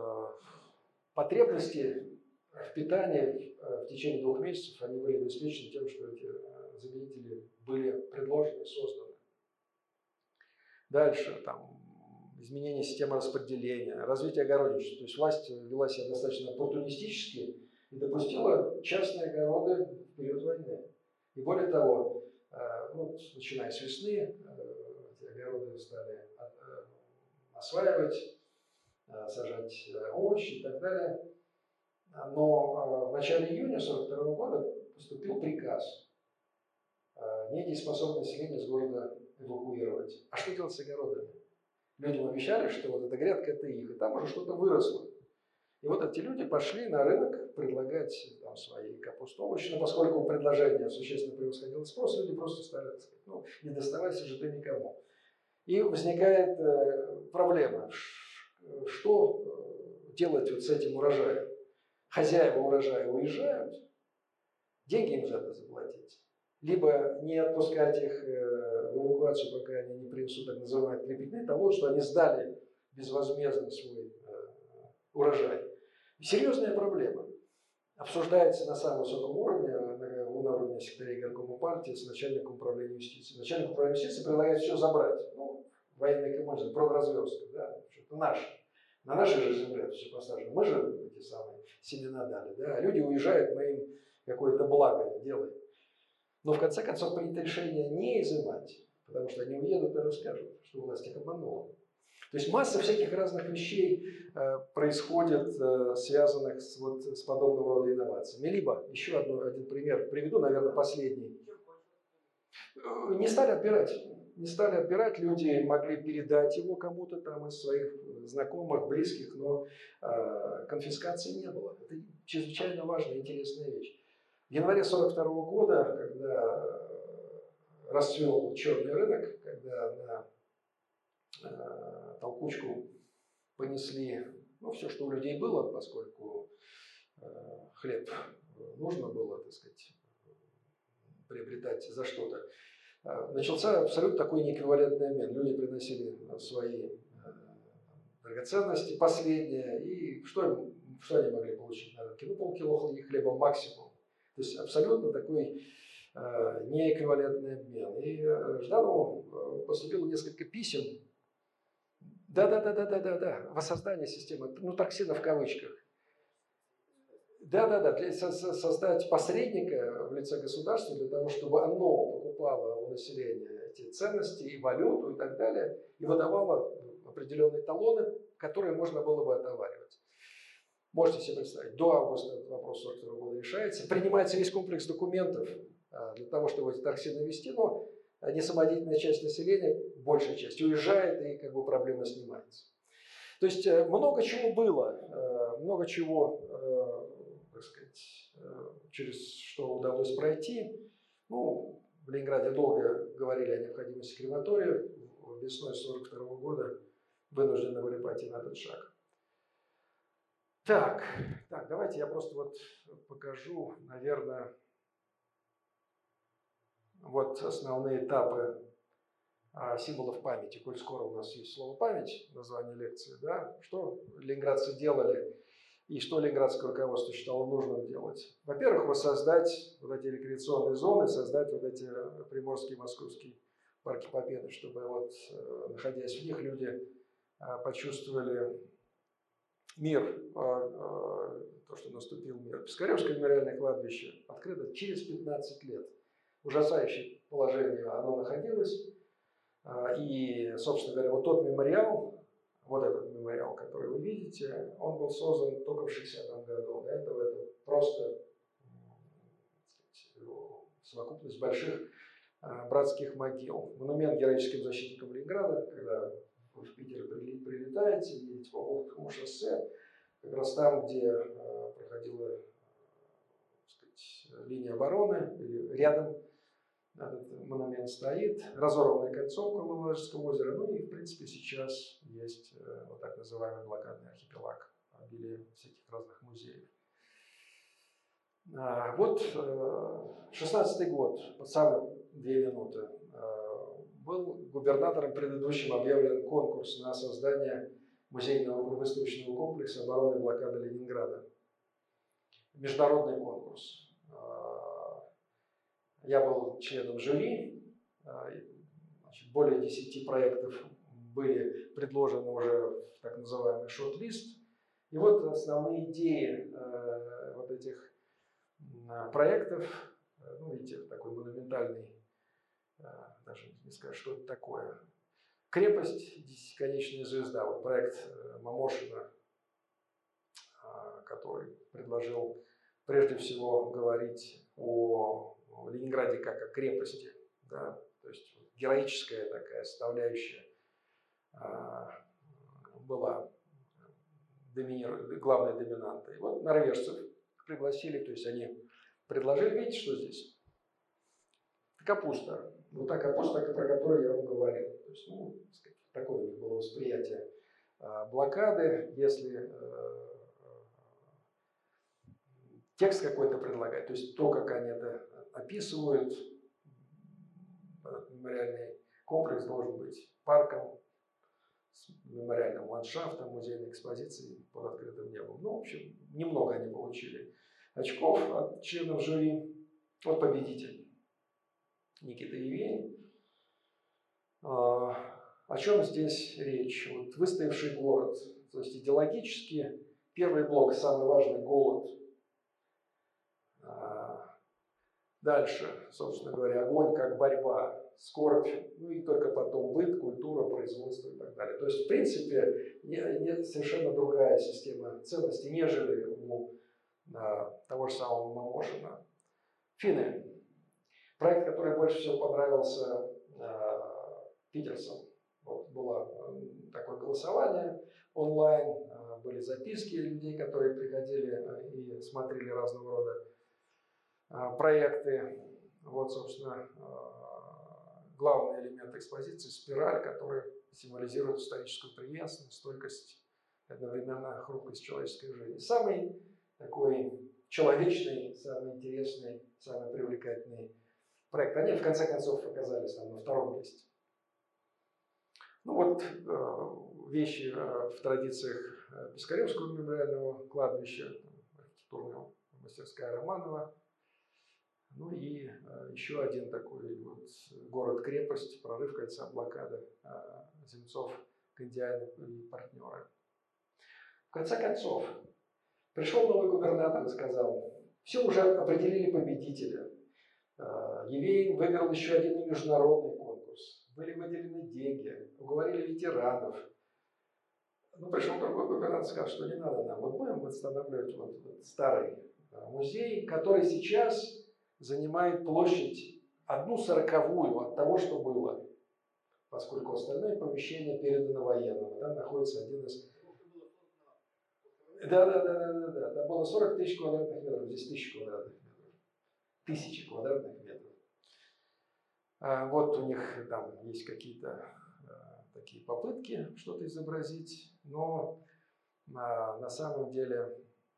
потребности в питании в течение 2 месяцев они были обеспечены тем, что эти заменители были предложены и созданы. Дальше, там, изменение системы распределения, развитие огородничества. То есть власть вела себя достаточно оппортунистически и допустила частные огороды в период войны. И более того, ну, начиная с весны, эти огороды стали осваивать, сажать овощи и так далее. Но в начале июня 1942 года поступил приказ недееспособное население с города эвакуировать. А что делать с огородами? Людям обещали, что вот эта грядка – это их, и там уже что-то выросло. И вот эти люди пошли на рынок предлагать там свои капусту, овощи, но поскольку предложение существенно превосходило спрос, люди просто стали, так сказать, ну, не доставайся же ты никому. И возникает проблема, что делать вот с этим урожаем. Хозяева урожая уезжают, деньги им за это заплатить. Либо не отпускать их в эвакуацию, пока они не принесут так называемый открепительный талон, что они сдали безвозмездно свой урожай. Серьезная проблема. Обсуждается на самом высоком уровне, на уровне секретаря горкома партии с начальником управления юстиции. Начальник управления юстиции предлагает все забрать. Ну, военная команда, продразверстка, да, что-то наше. На нашей же земле все посажено. Мы же эти самые семена дали, да, а люди уезжают, мы им какое-то благо делаем. Но в конце концов принято решение не изымать, потому что они уедут и расскажут, что власть их обманула. То есть масса всяких разных вещей происходит, связанных с подобного рода инновациями. Либо, еще один пример приведу, наверное, последний. Не стали отбирать. Не стали отбирать, люди могли передать его кому-то там из своих знакомых, близких, но конфискации не было. Это чрезвычайно важная и интересная вещь. В январе 1942 года, когда расцвел черный рынок, когда на толкучку понесли, ну, все, что у людей было, поскольку хлеб нужно было, так сказать, приобретать за что-то, начался абсолютно такой неэквивалентный обмен. Люди приносили свои драгоценности, последние, и что они могли получить на рынке? Ну, полкило хлеба максимум. То есть абсолютно такой неэквивалентный обмен. И Жданову поступило несколько писем. Да, воссоздание системы, ну, торксина в кавычках. Да, для создать посредника в лице государства, для того, чтобы оно покупало у населения эти ценности и валюту и так далее, и выдавало определенные талоны, которые можно было бы отоваривать. Можете себе представить, до августа этот вопрос 1942 года решается, принимается весь комплекс документов для того, чтобы эти торксины ввести, но несамодеятельная часть населения, большая часть, уезжает, и как бы проблема снимается. То есть много чего было, много чего, так сказать, через что удалось пройти. Ну, в Ленинграде долго говорили о необходимости крематория. Весной 1942 года вынуждены были пойти на этот шаг. Так, давайте я просто вот покажу, наверное, вот основные этапы символов памяти. Коль скоро у нас есть слово «память», название лекции, да, что ленинградцы делали и что ленинградское руководство считало нужным делать. Во-первых, воссоздать вот эти рекреационные зоны, создать вот эти приморские и московские парки Победы, чтобы вот, находясь в них, люди почувствовали мир, то, что наступил мир. Пискаревское мемориальное кладбище открыто через 15 лет. Ужасающее положение оно находилось. И, собственно говоря, вот тот мемориал, вот этот мемориал, который вы видите, он был создан только в 60-м году. До этого это просто, так сказать, совокупность больших братских могил. Монумент героическим защитникам Ленинграда, когда вы в Питер прилетаете, едете по Волховскому шоссе, как раз там, где проходила, так сказать, линия обороны, или рядом этот монумент стоит, разорванное кольцо около Ладожского озера, ну и, в принципе, сейчас есть вот так называемый блокадный архипелаг, обилие всяких разных музеев. Вот 16-й год, под самые 2 минуты, был губернатором предыдущим объявлен конкурс на создание музейного выставочного комплекса обороны и блокады Ленинграда. Международный конкурс. Я был членом жюри. Более 10 проектов были предложены уже в так называемый шорт-лист. И вот основные идеи вот этих проектов, ну, видите, такой монументальный, даже не скажу, что это такое. Крепость, десятиконечная звезда. Вот проект Мамошина, который предложил прежде всего говорить о Ленинграде как о крепости, да? То есть героическая такая составляющая была главной доминантой. И вот норвежцев пригласили, то есть они предложили, видите, что здесь? Капуста. Вот та капуста, про которую я вам говорил. То есть, ну, такое у них было восприятие блокады, если текст какой-то предлагать, то есть то, как они это описывают, этот мемориальный комплекс должен быть парком с мемориальным ландшафтом, музейной экспозицией под открытым небом. Ну, в общем, немного они получили очков от членов жюри. Вот победитель Никита Евень. О чем здесь речь? Вот выстоявший город. То есть идеологически первый блок, самый важный, голод. Дальше, собственно говоря, огонь как борьба, скорбь, ну и только потом быт, культура, производство и так далее. То есть, в принципе, совершенно другая система ценностей, нежели у того же самого Мамошина. Финны. Проект, который больше всего понравился питерцам. Вот было такое голосование онлайн, были записки людей, которые приходили и смотрели разного рода проекты. Вот, собственно, главный элемент экспозиции – спираль, которая символизирует историческую преемственность, стойкость, одновременно хрупкость человеческой жизни. Самый такой человечный, самый интересный, самый привлекательный проект. Они, в конце концов, оказались там на втором месте. Ну вот вещи в традициях Пискаревского мемориального кладбища, архитектурная мастерская Романова. Ну и еще один такой вот город-крепость, прорыв кольца блокады, Земцов, Гандиан и партнеры. В конце концов, пришел новый губернатор и сказал: все, уже определили победителя. Евень выиграл еще один международный конкурс. Были выделены деньги, уговорили ветеранов. Ну, пришел другой губернатор и сказал, что не надо нам. Вот будем восстанавливать вот старый музей, который сейчас занимает площадь 1/40 от того, что было, поскольку остальное помещение передано военным. Там находится один из... Да. Там было 40 тысяч квадратных метров, здесь 1000 квадратных метров. 1000 квадратных метров. Вот у них там есть какие-то такие попытки что-то изобразить, но на самом деле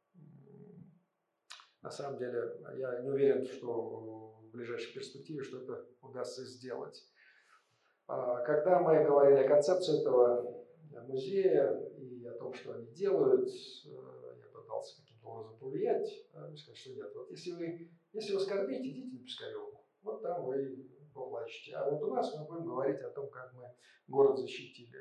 я не уверен, что в ближайшей перспективе что-то удастся сделать. Когда мы говорили о концепции этого музея и о том, что они делают, я пытался каким-то образом повлиять, сказать, что нет. Вот если вы скорбите, идите на Пискаревку. Вот там вы поплачете. А вот у нас мы будем говорить о том, как мы город защитили.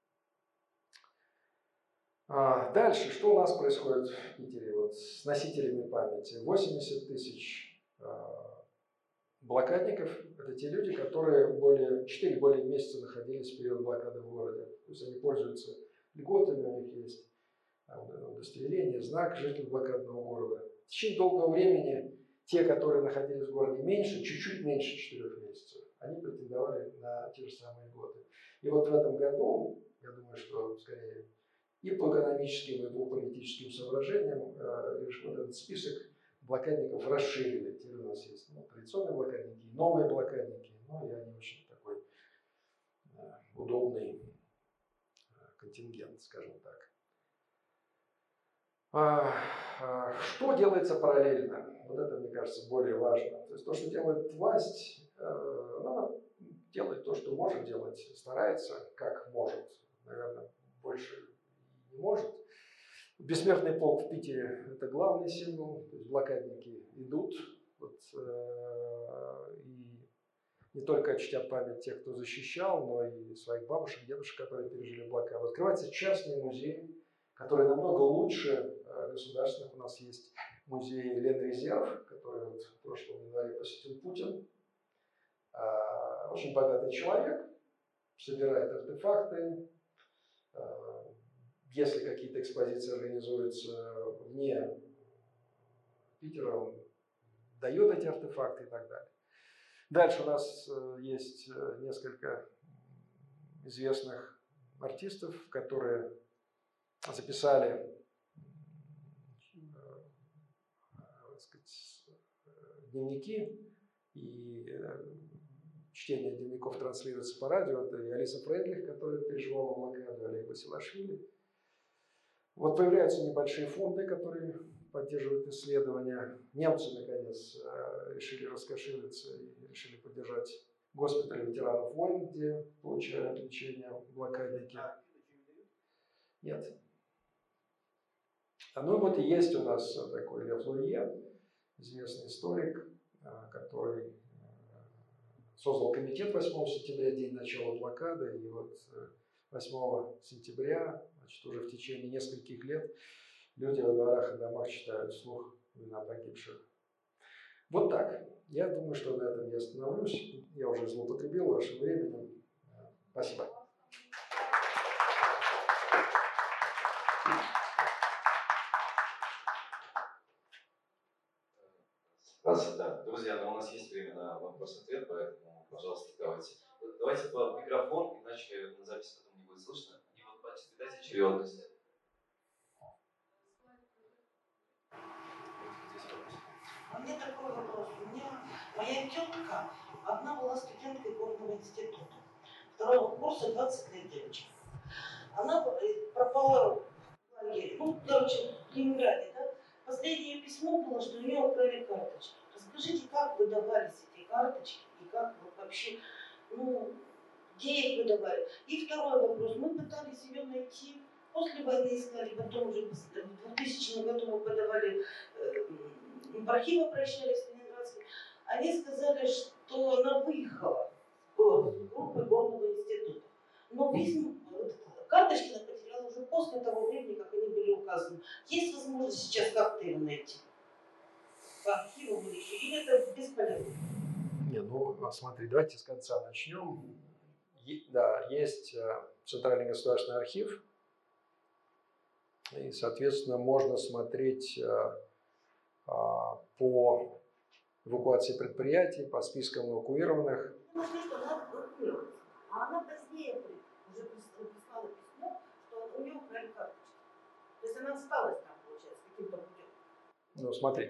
Дальше, что у нас происходит в Питере вот, с носителями памяти? 80 тысяч блокадников – это те люди, которые более месяца находились в период блокады в городе. То есть они пользуются льготами, у них есть удостоверение, знак жителей блокадного города. В течение долгого времени те, которые находились в городе чуть-чуть меньше 4 месяцев, они претендовали на те же самые льготы. И вот в этом году, я думаю, что скорее и по экономическим, и по политическим соображениям лишь вот этот список блокадников расширили. Теперь у нас есть традиционные блокадники, новые блокадники, ну и они очень такой удобный контингент, скажем так. Что делается параллельно? Вот это, мне кажется, более важно. То есть то, что делает власть, она делает то, что может делать, старается, как может. Наверное, больше не может. Бессмертный полк в Питере – это главный символ. То есть блокадники идут. Вот, и не только чтят память тех, кто защищал, но и своих бабушек, дедушек, которые пережили блокаду. Открывается частный музей, который намного лучше государственных. У нас есть музей Ленрезерв, который вот в прошлом январе посетил Путин. Очень богатый человек, собирает артефакты. Если какие-то экспозиции организуются вне Питера, он дает эти артефакты и так далее. Дальше у нас есть несколько известных артистов, которые записали дневники, и чтение дневников транслируется по радио. Это и Алиса Фрейдлих, которая переживала блокаду, Олег Басилашвили. Вот появляются небольшие фонды, которые поддерживают исследования. Немцы, наконец, решили раскошелиться и решили поддержать госпиталь ветеранов войн, где получают лечение блокадники. Нет. Ну и вот и есть у нас такой Лев Лурье, известный историк, который создал комитет 8 сентября, день начала блокады, и вот 8 сентября, значит, уже в течение нескольких лет люди во дворах и домах читают вслух имена погибших. Вот так. Я думаю, что на этом я остановлюсь. Я уже злоупотребил вашим временем. Спасибо. Да, друзья, но у нас есть время на вопрос-ответ, поэтому, пожалуйста, давайте по микрофон, иначе на записи потом не будет слышно. И вот дайте очередность. У меня такой вопрос. Моя тетка, одна была студенткой горного института, второго курса, 20 лет девочка. Она пропала в лагере, в Ленинграде, да? Последнее письмо было, что у нее украли карточки. Расскажите, как выдавались эти карточки и как вот вообще, где их выдавали? И второй вопрос. Мы пытались ее найти. После войны искали, потом уже в 2000 году мы подавали, в архивы обращались в Ленинградский. Они сказали, что она выехала с группы горного института. Но карточки она потеряла уже после того времени, как они были указаны. Есть возможность сейчас как-то ее найти? По архивам или это бесполезно? Смотри, давайте с конца начнем. Да, есть Центральный государственный архив, и, соответственно, можно смотреть по эвакуации предприятий, по спискам эвакуированных. Что она эвакуировалась, а она позднее уже прислала письмо, что у нее украли карточки. То есть она осталась там, получается, каким-то путем. Смотри,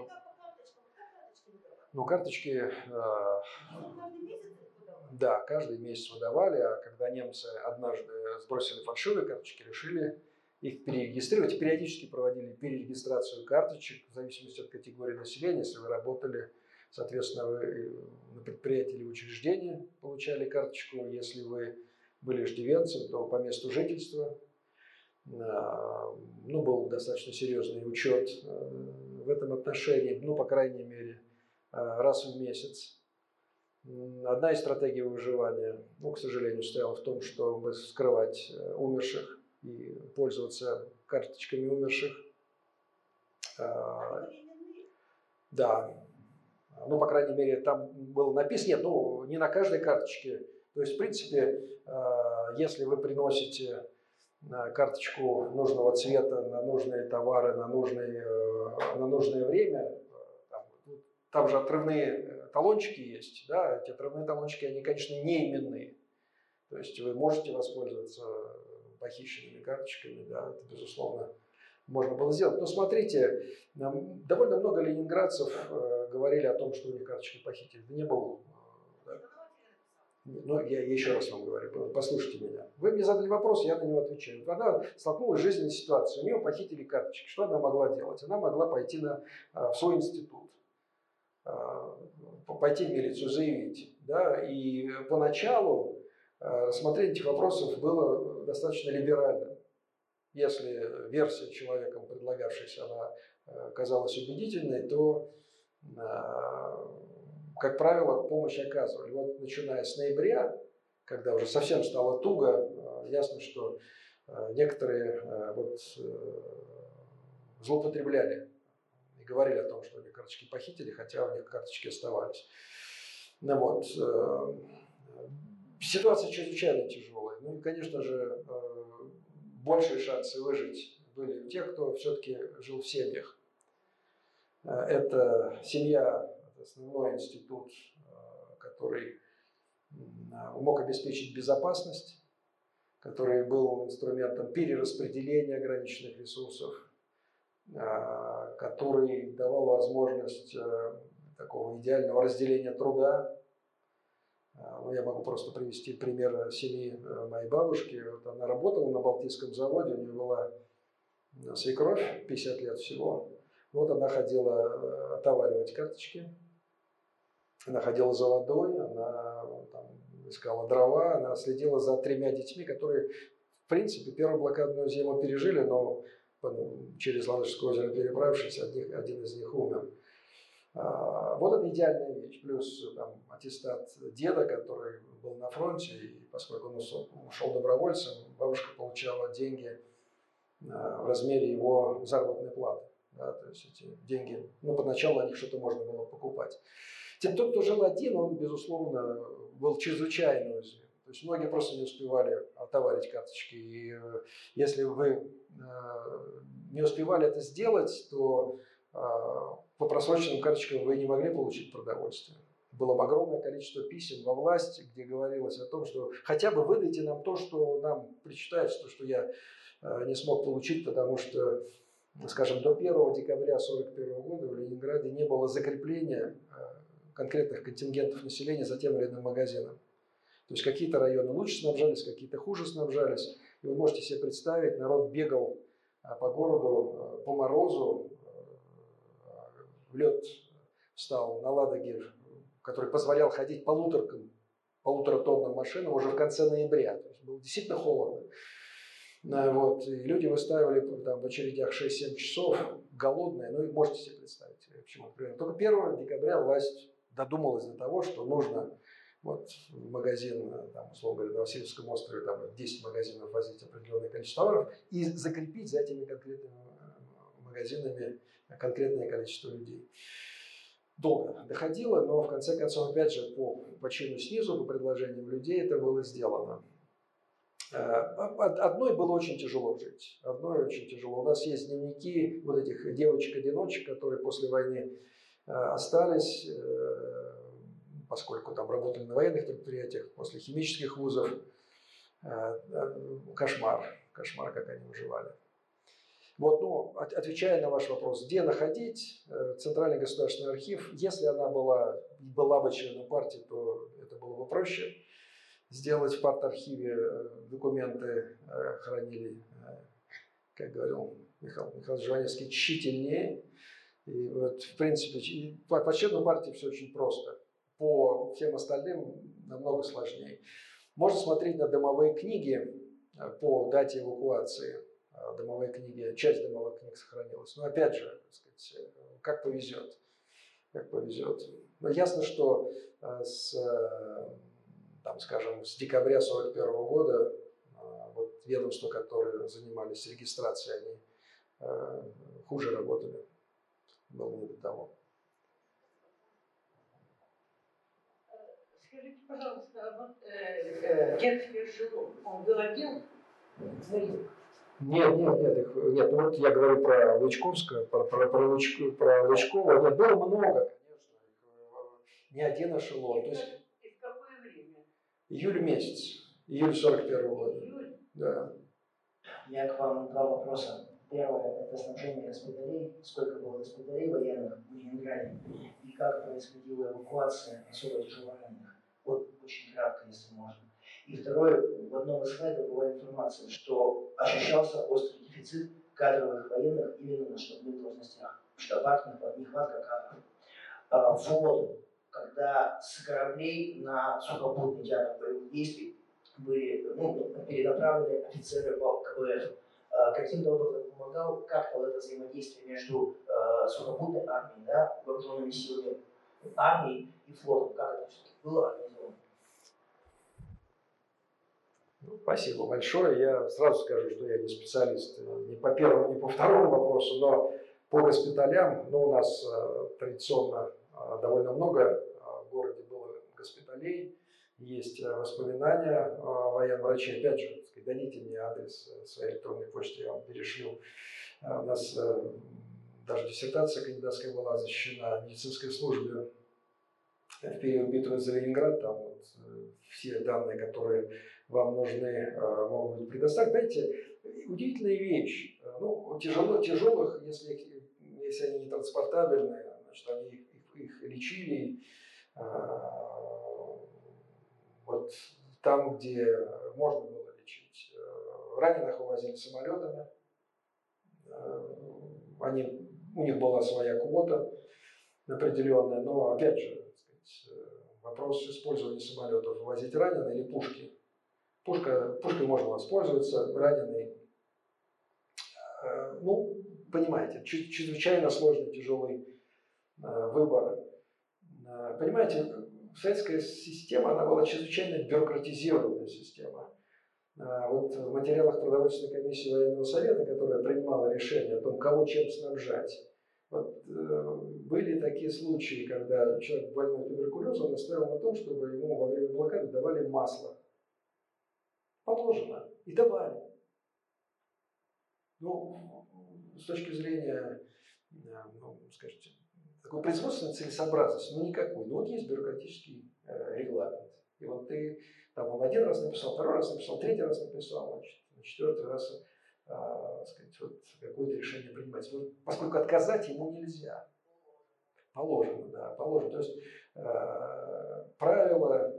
карточки... Каждый месяц выдавали? Да, каждый месяц выдавали, а когда немцы однажды сбросили фальшивые карточки, решили их перерегистрировать и периодически проводили перерегистрацию карточек в зависимости от категории населения. Если вы работали, соответственно, вы на предприятии или учреждении получали карточку. Если вы были иждивенцем, то по месту жительства. Был достаточно серьезный учет в этом отношении, по крайней мере, раз в месяц. Одна из стратегий выживания, к сожалению, стояла в том, чтобы скрывать умерших и пользоваться карточками умерших. Да. По крайней мере, там было написано, нет, не на каждой карточке. То есть, в принципе, если вы приносите карточку нужного цвета на нужные товары, на нужное время, там же отрывные талончики есть, да, эти отрывные талончики, они, конечно, не именные. То есть вы можете воспользоваться похищенными карточками, да, это, безусловно, можно было сделать. Но смотрите, довольно много ленинградцев говорили о том, что у них карточки похитили. Да не было. Да. Я еще раз вам говорю, послушайте меня. Вы мне задали вопрос, я на него отвечаю. Она столкнулась с жизненной ситуацией, у нее похитили карточки. Что она могла делать? Она могла пойти в свой институт. пойти в милицию, заявить. Да? И поначалу рассмотрение этих вопросов было достаточно либеральным. Если версия человеком предлагавшаяся, она казалась убедительной, то, как правило, помощь оказывали. Вот начиная с ноября, когда уже совсем стало туго, ясно, что некоторые злоупотребляли и говорили о том, что у них карточки похитили, хотя у них карточки оставались. Ну, вот. Ситуация чрезвычайно тяжелая. Ну и, конечно же, большие шансы выжить были у тех, кто все-таки жил в семьях. Это семья, основной институт, который мог обеспечить безопасность, который был инструментом перераспределения ограниченных ресурсов, который давал возможность такого идеального разделения труда. Я могу просто привести пример семьи моей бабушки. Вот она работала на Балтийском заводе, у нее была свекровь, 50 лет всего. Вот она ходила отоваривать карточки, она ходила за водой, она там искала дрова, она следила за 3 детьми, которые, в принципе, первую блокадную зиму пережили, но через Ладожское озеро переправившись, один из них умер. Вот это идеальная вещь. Плюс там, аттестат деда, который был на фронте, и поскольку он ушел добровольцем, бабушка получала деньги в размере его заработной платы. Да, то есть эти деньги, поначалу на них что-то можно было покупать. Тот, кто жил один, он, безусловно, был чрезвычайно уязвим. То есть многие просто не успевали отоварить карточки. И если вы не успевали это сделать, то по просроченным карточкам вы не могли получить продовольствие. Было огромное количество писем во власть, где говорилось о том, что хотя бы выдайте нам то, что нам причитается, то, что я не смог получить, потому что, скажем, до 1 декабря 1941 года в Ленинграде не было закрепления конкретных контингентов населения за тем или иным магазином. То есть какие-то районы лучше снабжались, какие-то хуже снабжались. И вы можете себе представить, народ бегал по городу по морозу, лед встал на Ладоге, который позволял ходить полуторатонным машинам уже в конце ноября. То есть было действительно холодно. Вот. И люди выстаивали там, в очередях 6-7 часов, голодные. Ну и можете себе представить, почему. Только 1 декабря власть додумалась до того, что нужно в магазин, там, условно говоря, на Васильевском острове, там 10 магазинов возить определенное количество товаров и закрепить за этими конкретными магазинами конкретное количество людей. Долго доходило, но в конце концов, опять же, по чину снизу, по предложениям людей это было сделано. Одной было очень тяжело жить. Одной очень тяжело. У нас есть дневники вот этих девочек-одиночек, которые после войны остались, поскольку там работали на военных предприятиях, после химических вузов. Кошмар, как они выживали. Вот, отвечая на ваш вопрос, где находить Центральный государственный архив, если она была бы членом партии, то это было бы проще. Сделать в партархиве документы хранили, как говорил Михаил Жванецкий, тщательнее. И вот, в принципе, по члену партии все очень просто. По всем остальным намного сложнее. Можно смотреть на домовые книги по дате эвакуации. Домовые книги, часть домовых книг сохранилась. Но опять же, так сказать, как повезет. Но ясно, что скажем, с декабря 1941 года ведомства, которые занимались регистрацией, они хуже работали. Было не до того. Скажите, пожалуйста, дед Фержеров, он был один? Нет. Ну вот я говорю про Лычковского, про Лычкова. Нет, было много, конечно. Не один эшелон. То есть в какое время? Июль месяц. Июль 1941 года. Июль? Да. У меня к вам 2 вопроса. Первое – это снабжение госпиталей. Сколько было госпиталей военных в Ленинграде? И как происходила эвакуация особо тяжелораненых? Вот очень кратко, если можно. И второе, в одном из слайдов была информация, что ощущался острый дефицит кадровых военных именно на штабных должностях. В штабах нехватка кадров. в воду, когда с кораблей на сухопутный театр боевых действий были перенаправлены офицеры КВФ. Каким-то образом помогал как-то вот это взаимодействие между сухопутной армией, да, вооруженными силами армии и флотом, как это все было организовано? Спасибо большое. Я сразу скажу, что я не специалист ни по первому, ни по второму вопросу, но по госпиталям, у нас традиционно довольно много в городе было госпиталей, есть воспоминания военврачей. Опять же, дадите мне адрес своей электронной почты, я вам перешлю. У нас даже диссертация кандидатская была защищена в медицинской службе в период битвы за Ленинград. Там вот все данные, которые вам нужны, могут быть предоставлены. Знаете, удивительная вещь. Тяжелых, если они не транспортабельные, значит, они их лечили. Вот там, где можно было лечить. Раненых увозили самолетами. У них была своя квота определенная, но опять же, вопрос использования самолетов. Возить раненые или пушки? Пушкой можно воспользоваться, раненый. Понимаете, чрезвычайно сложный, тяжелый выбор. Понимаете, советская система, она была чрезвычайно бюрократизированная система. Вот в материалах продовольственной комиссии военного совета, которая принимала решение о том, кого чем снабжать, вот, были такие случаи, когда человек больной туберкулезом настаивал на том, чтобы ему во время блокады давали масло. Положено. И давали. С точки зрения, скажите, такой производственной целесообразности, никакой. Вот есть бюрократический регламент. И вот ты там он один раз написал, второй раз написал, третий раз написал, значит, на четвертый раз какое-то решение принимать. Поскольку отказать ему нельзя. Положено, да, положено. То есть правила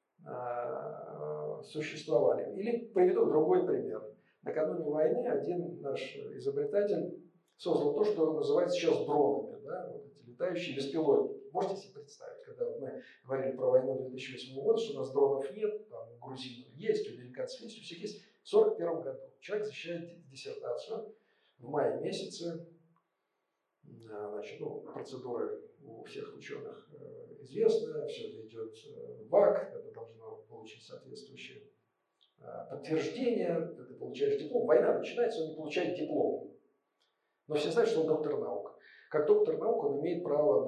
существовали. Или приведу другой пример. Накануне войны один наш изобретатель создал то, что называется сейчас дронами, да, вот эти летающие беспилотники. Можете себе представить, когда мы говорили про войну 2008 года, что у нас дронов нет, там у грузин есть, у американцев есть, у всех есть. В 1941 году человек защищает диссертацию в мае месяце. Значит, процедуры у всех ученых известны, все это идет в ВАК, это должно получить соответствующее подтверждение, ты получаешь диплом. Война начинается, он не получает диплом. Но все знают, что он доктор наук. Как доктор наук он имеет право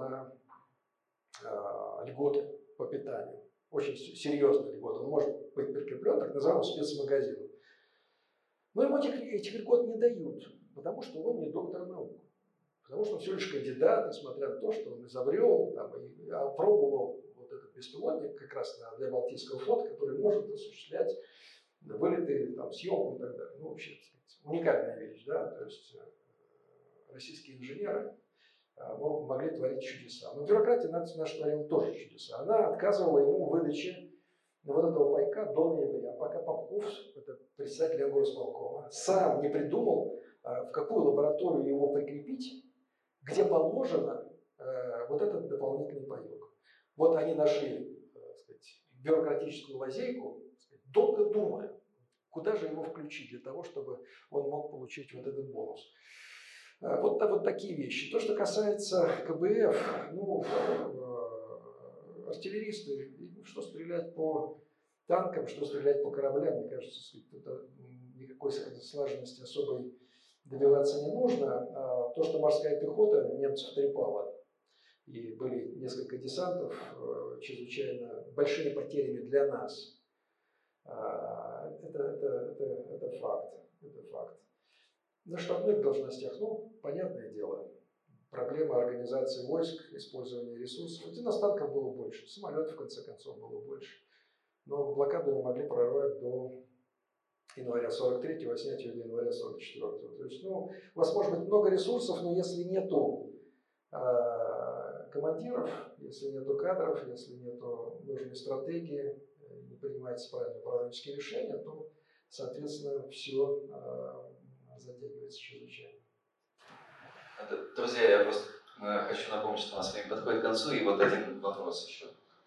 на льготы по питанию. Очень серьезные льготы. Он может быть прикреплен так называемому спецмагазину. Но ему этих льгот не дают, потому что он не доктор наук. Потому что он всего лишь кандидат, несмотря на то, что он изобрел и опробовал вот этот беспилотник как раз для Балтийского флота, который может осуществлять вылеты, съемку и так далее. Вообще, так сказать, уникальная вещь, да, то есть российские инженеры могли творить чудеса. Но бюрократия наша творила тоже чудеса. Она отказывала ему в выдаче вот этого пайка до ноября, пока Попков, это председатель горосполкома, сам не придумал, в какую лабораторию его прикрепить, где положено вот этот дополнительный паёк. Вот они нашли, так сказать, бюрократическую лазейку, долго думая, куда же его включить для того, чтобы он мог получить вот этот бонус. Вот такие вещи. То, что касается КБФ, артиллеристы, что стрелять по танкам, что стрелять по кораблям, мне кажется, никакой слаженности особой добиваться не нужно. То, что морская пехота немцев трепала, и были несколько десантов чрезвычайно большими потерями для нас, это факт. Это факт. На штабных должностях, понятное дело, проблема организации войск, использования ресурсов. Иностранцев было больше, самолетов, в конце концов, было больше. Но блокаду не могли прорвать до января 43-го, а снять ее до января 44-го. То есть, у вас может быть много ресурсов, но если нету командиров, если нету кадров, если нету нужной стратегии, не принимаются правильные управленческие решения, то, соответственно, все затягивается чрезвычайно. Друзья, я просто Хочу напомнить, что у нас время подходит к концу, и вот один вопрос еще.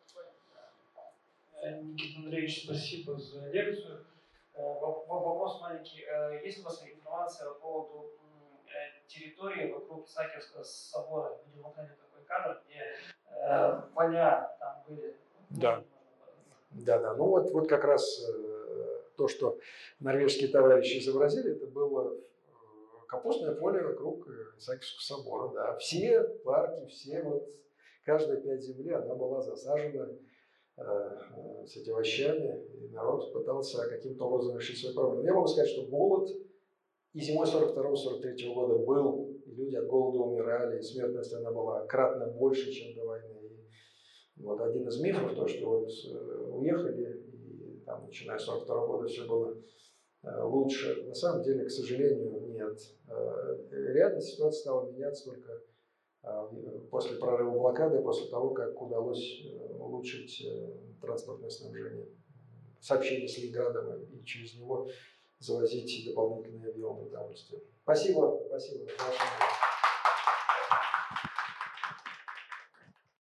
Никита Андреевич, спасибо за лекцию. Вопрос маленький. Есть у вас информация по поводу территории вокруг Исаакиевского собора? Видел в интернете такой кадр, где поля там были. Да. Да. Ну вот как раз то, что норвежские товарищи изобразили, это было капустное поле вокруг Исаакиевского собора. Да. Все парки, каждая 5 земли, она была засажена с этими овощами, и народ пытался каким-то образом решить свою проблему. Я могу сказать, что голод и зимой 42-43 года был, и люди от голода умирали, и смертность она была кратно больше, чем до войны. И вот один из мифов, то, что вот уехали, и там, начиная с 42 года все было лучше. На самом деле, к сожалению, нет. Реально ситуация стала меняться только после прорыва блокады, после того, как удалось улучшить транспортное снабжение, сообщение с Ленинградом и через него завозить дополнительные объемы продовольствия. Спасибо.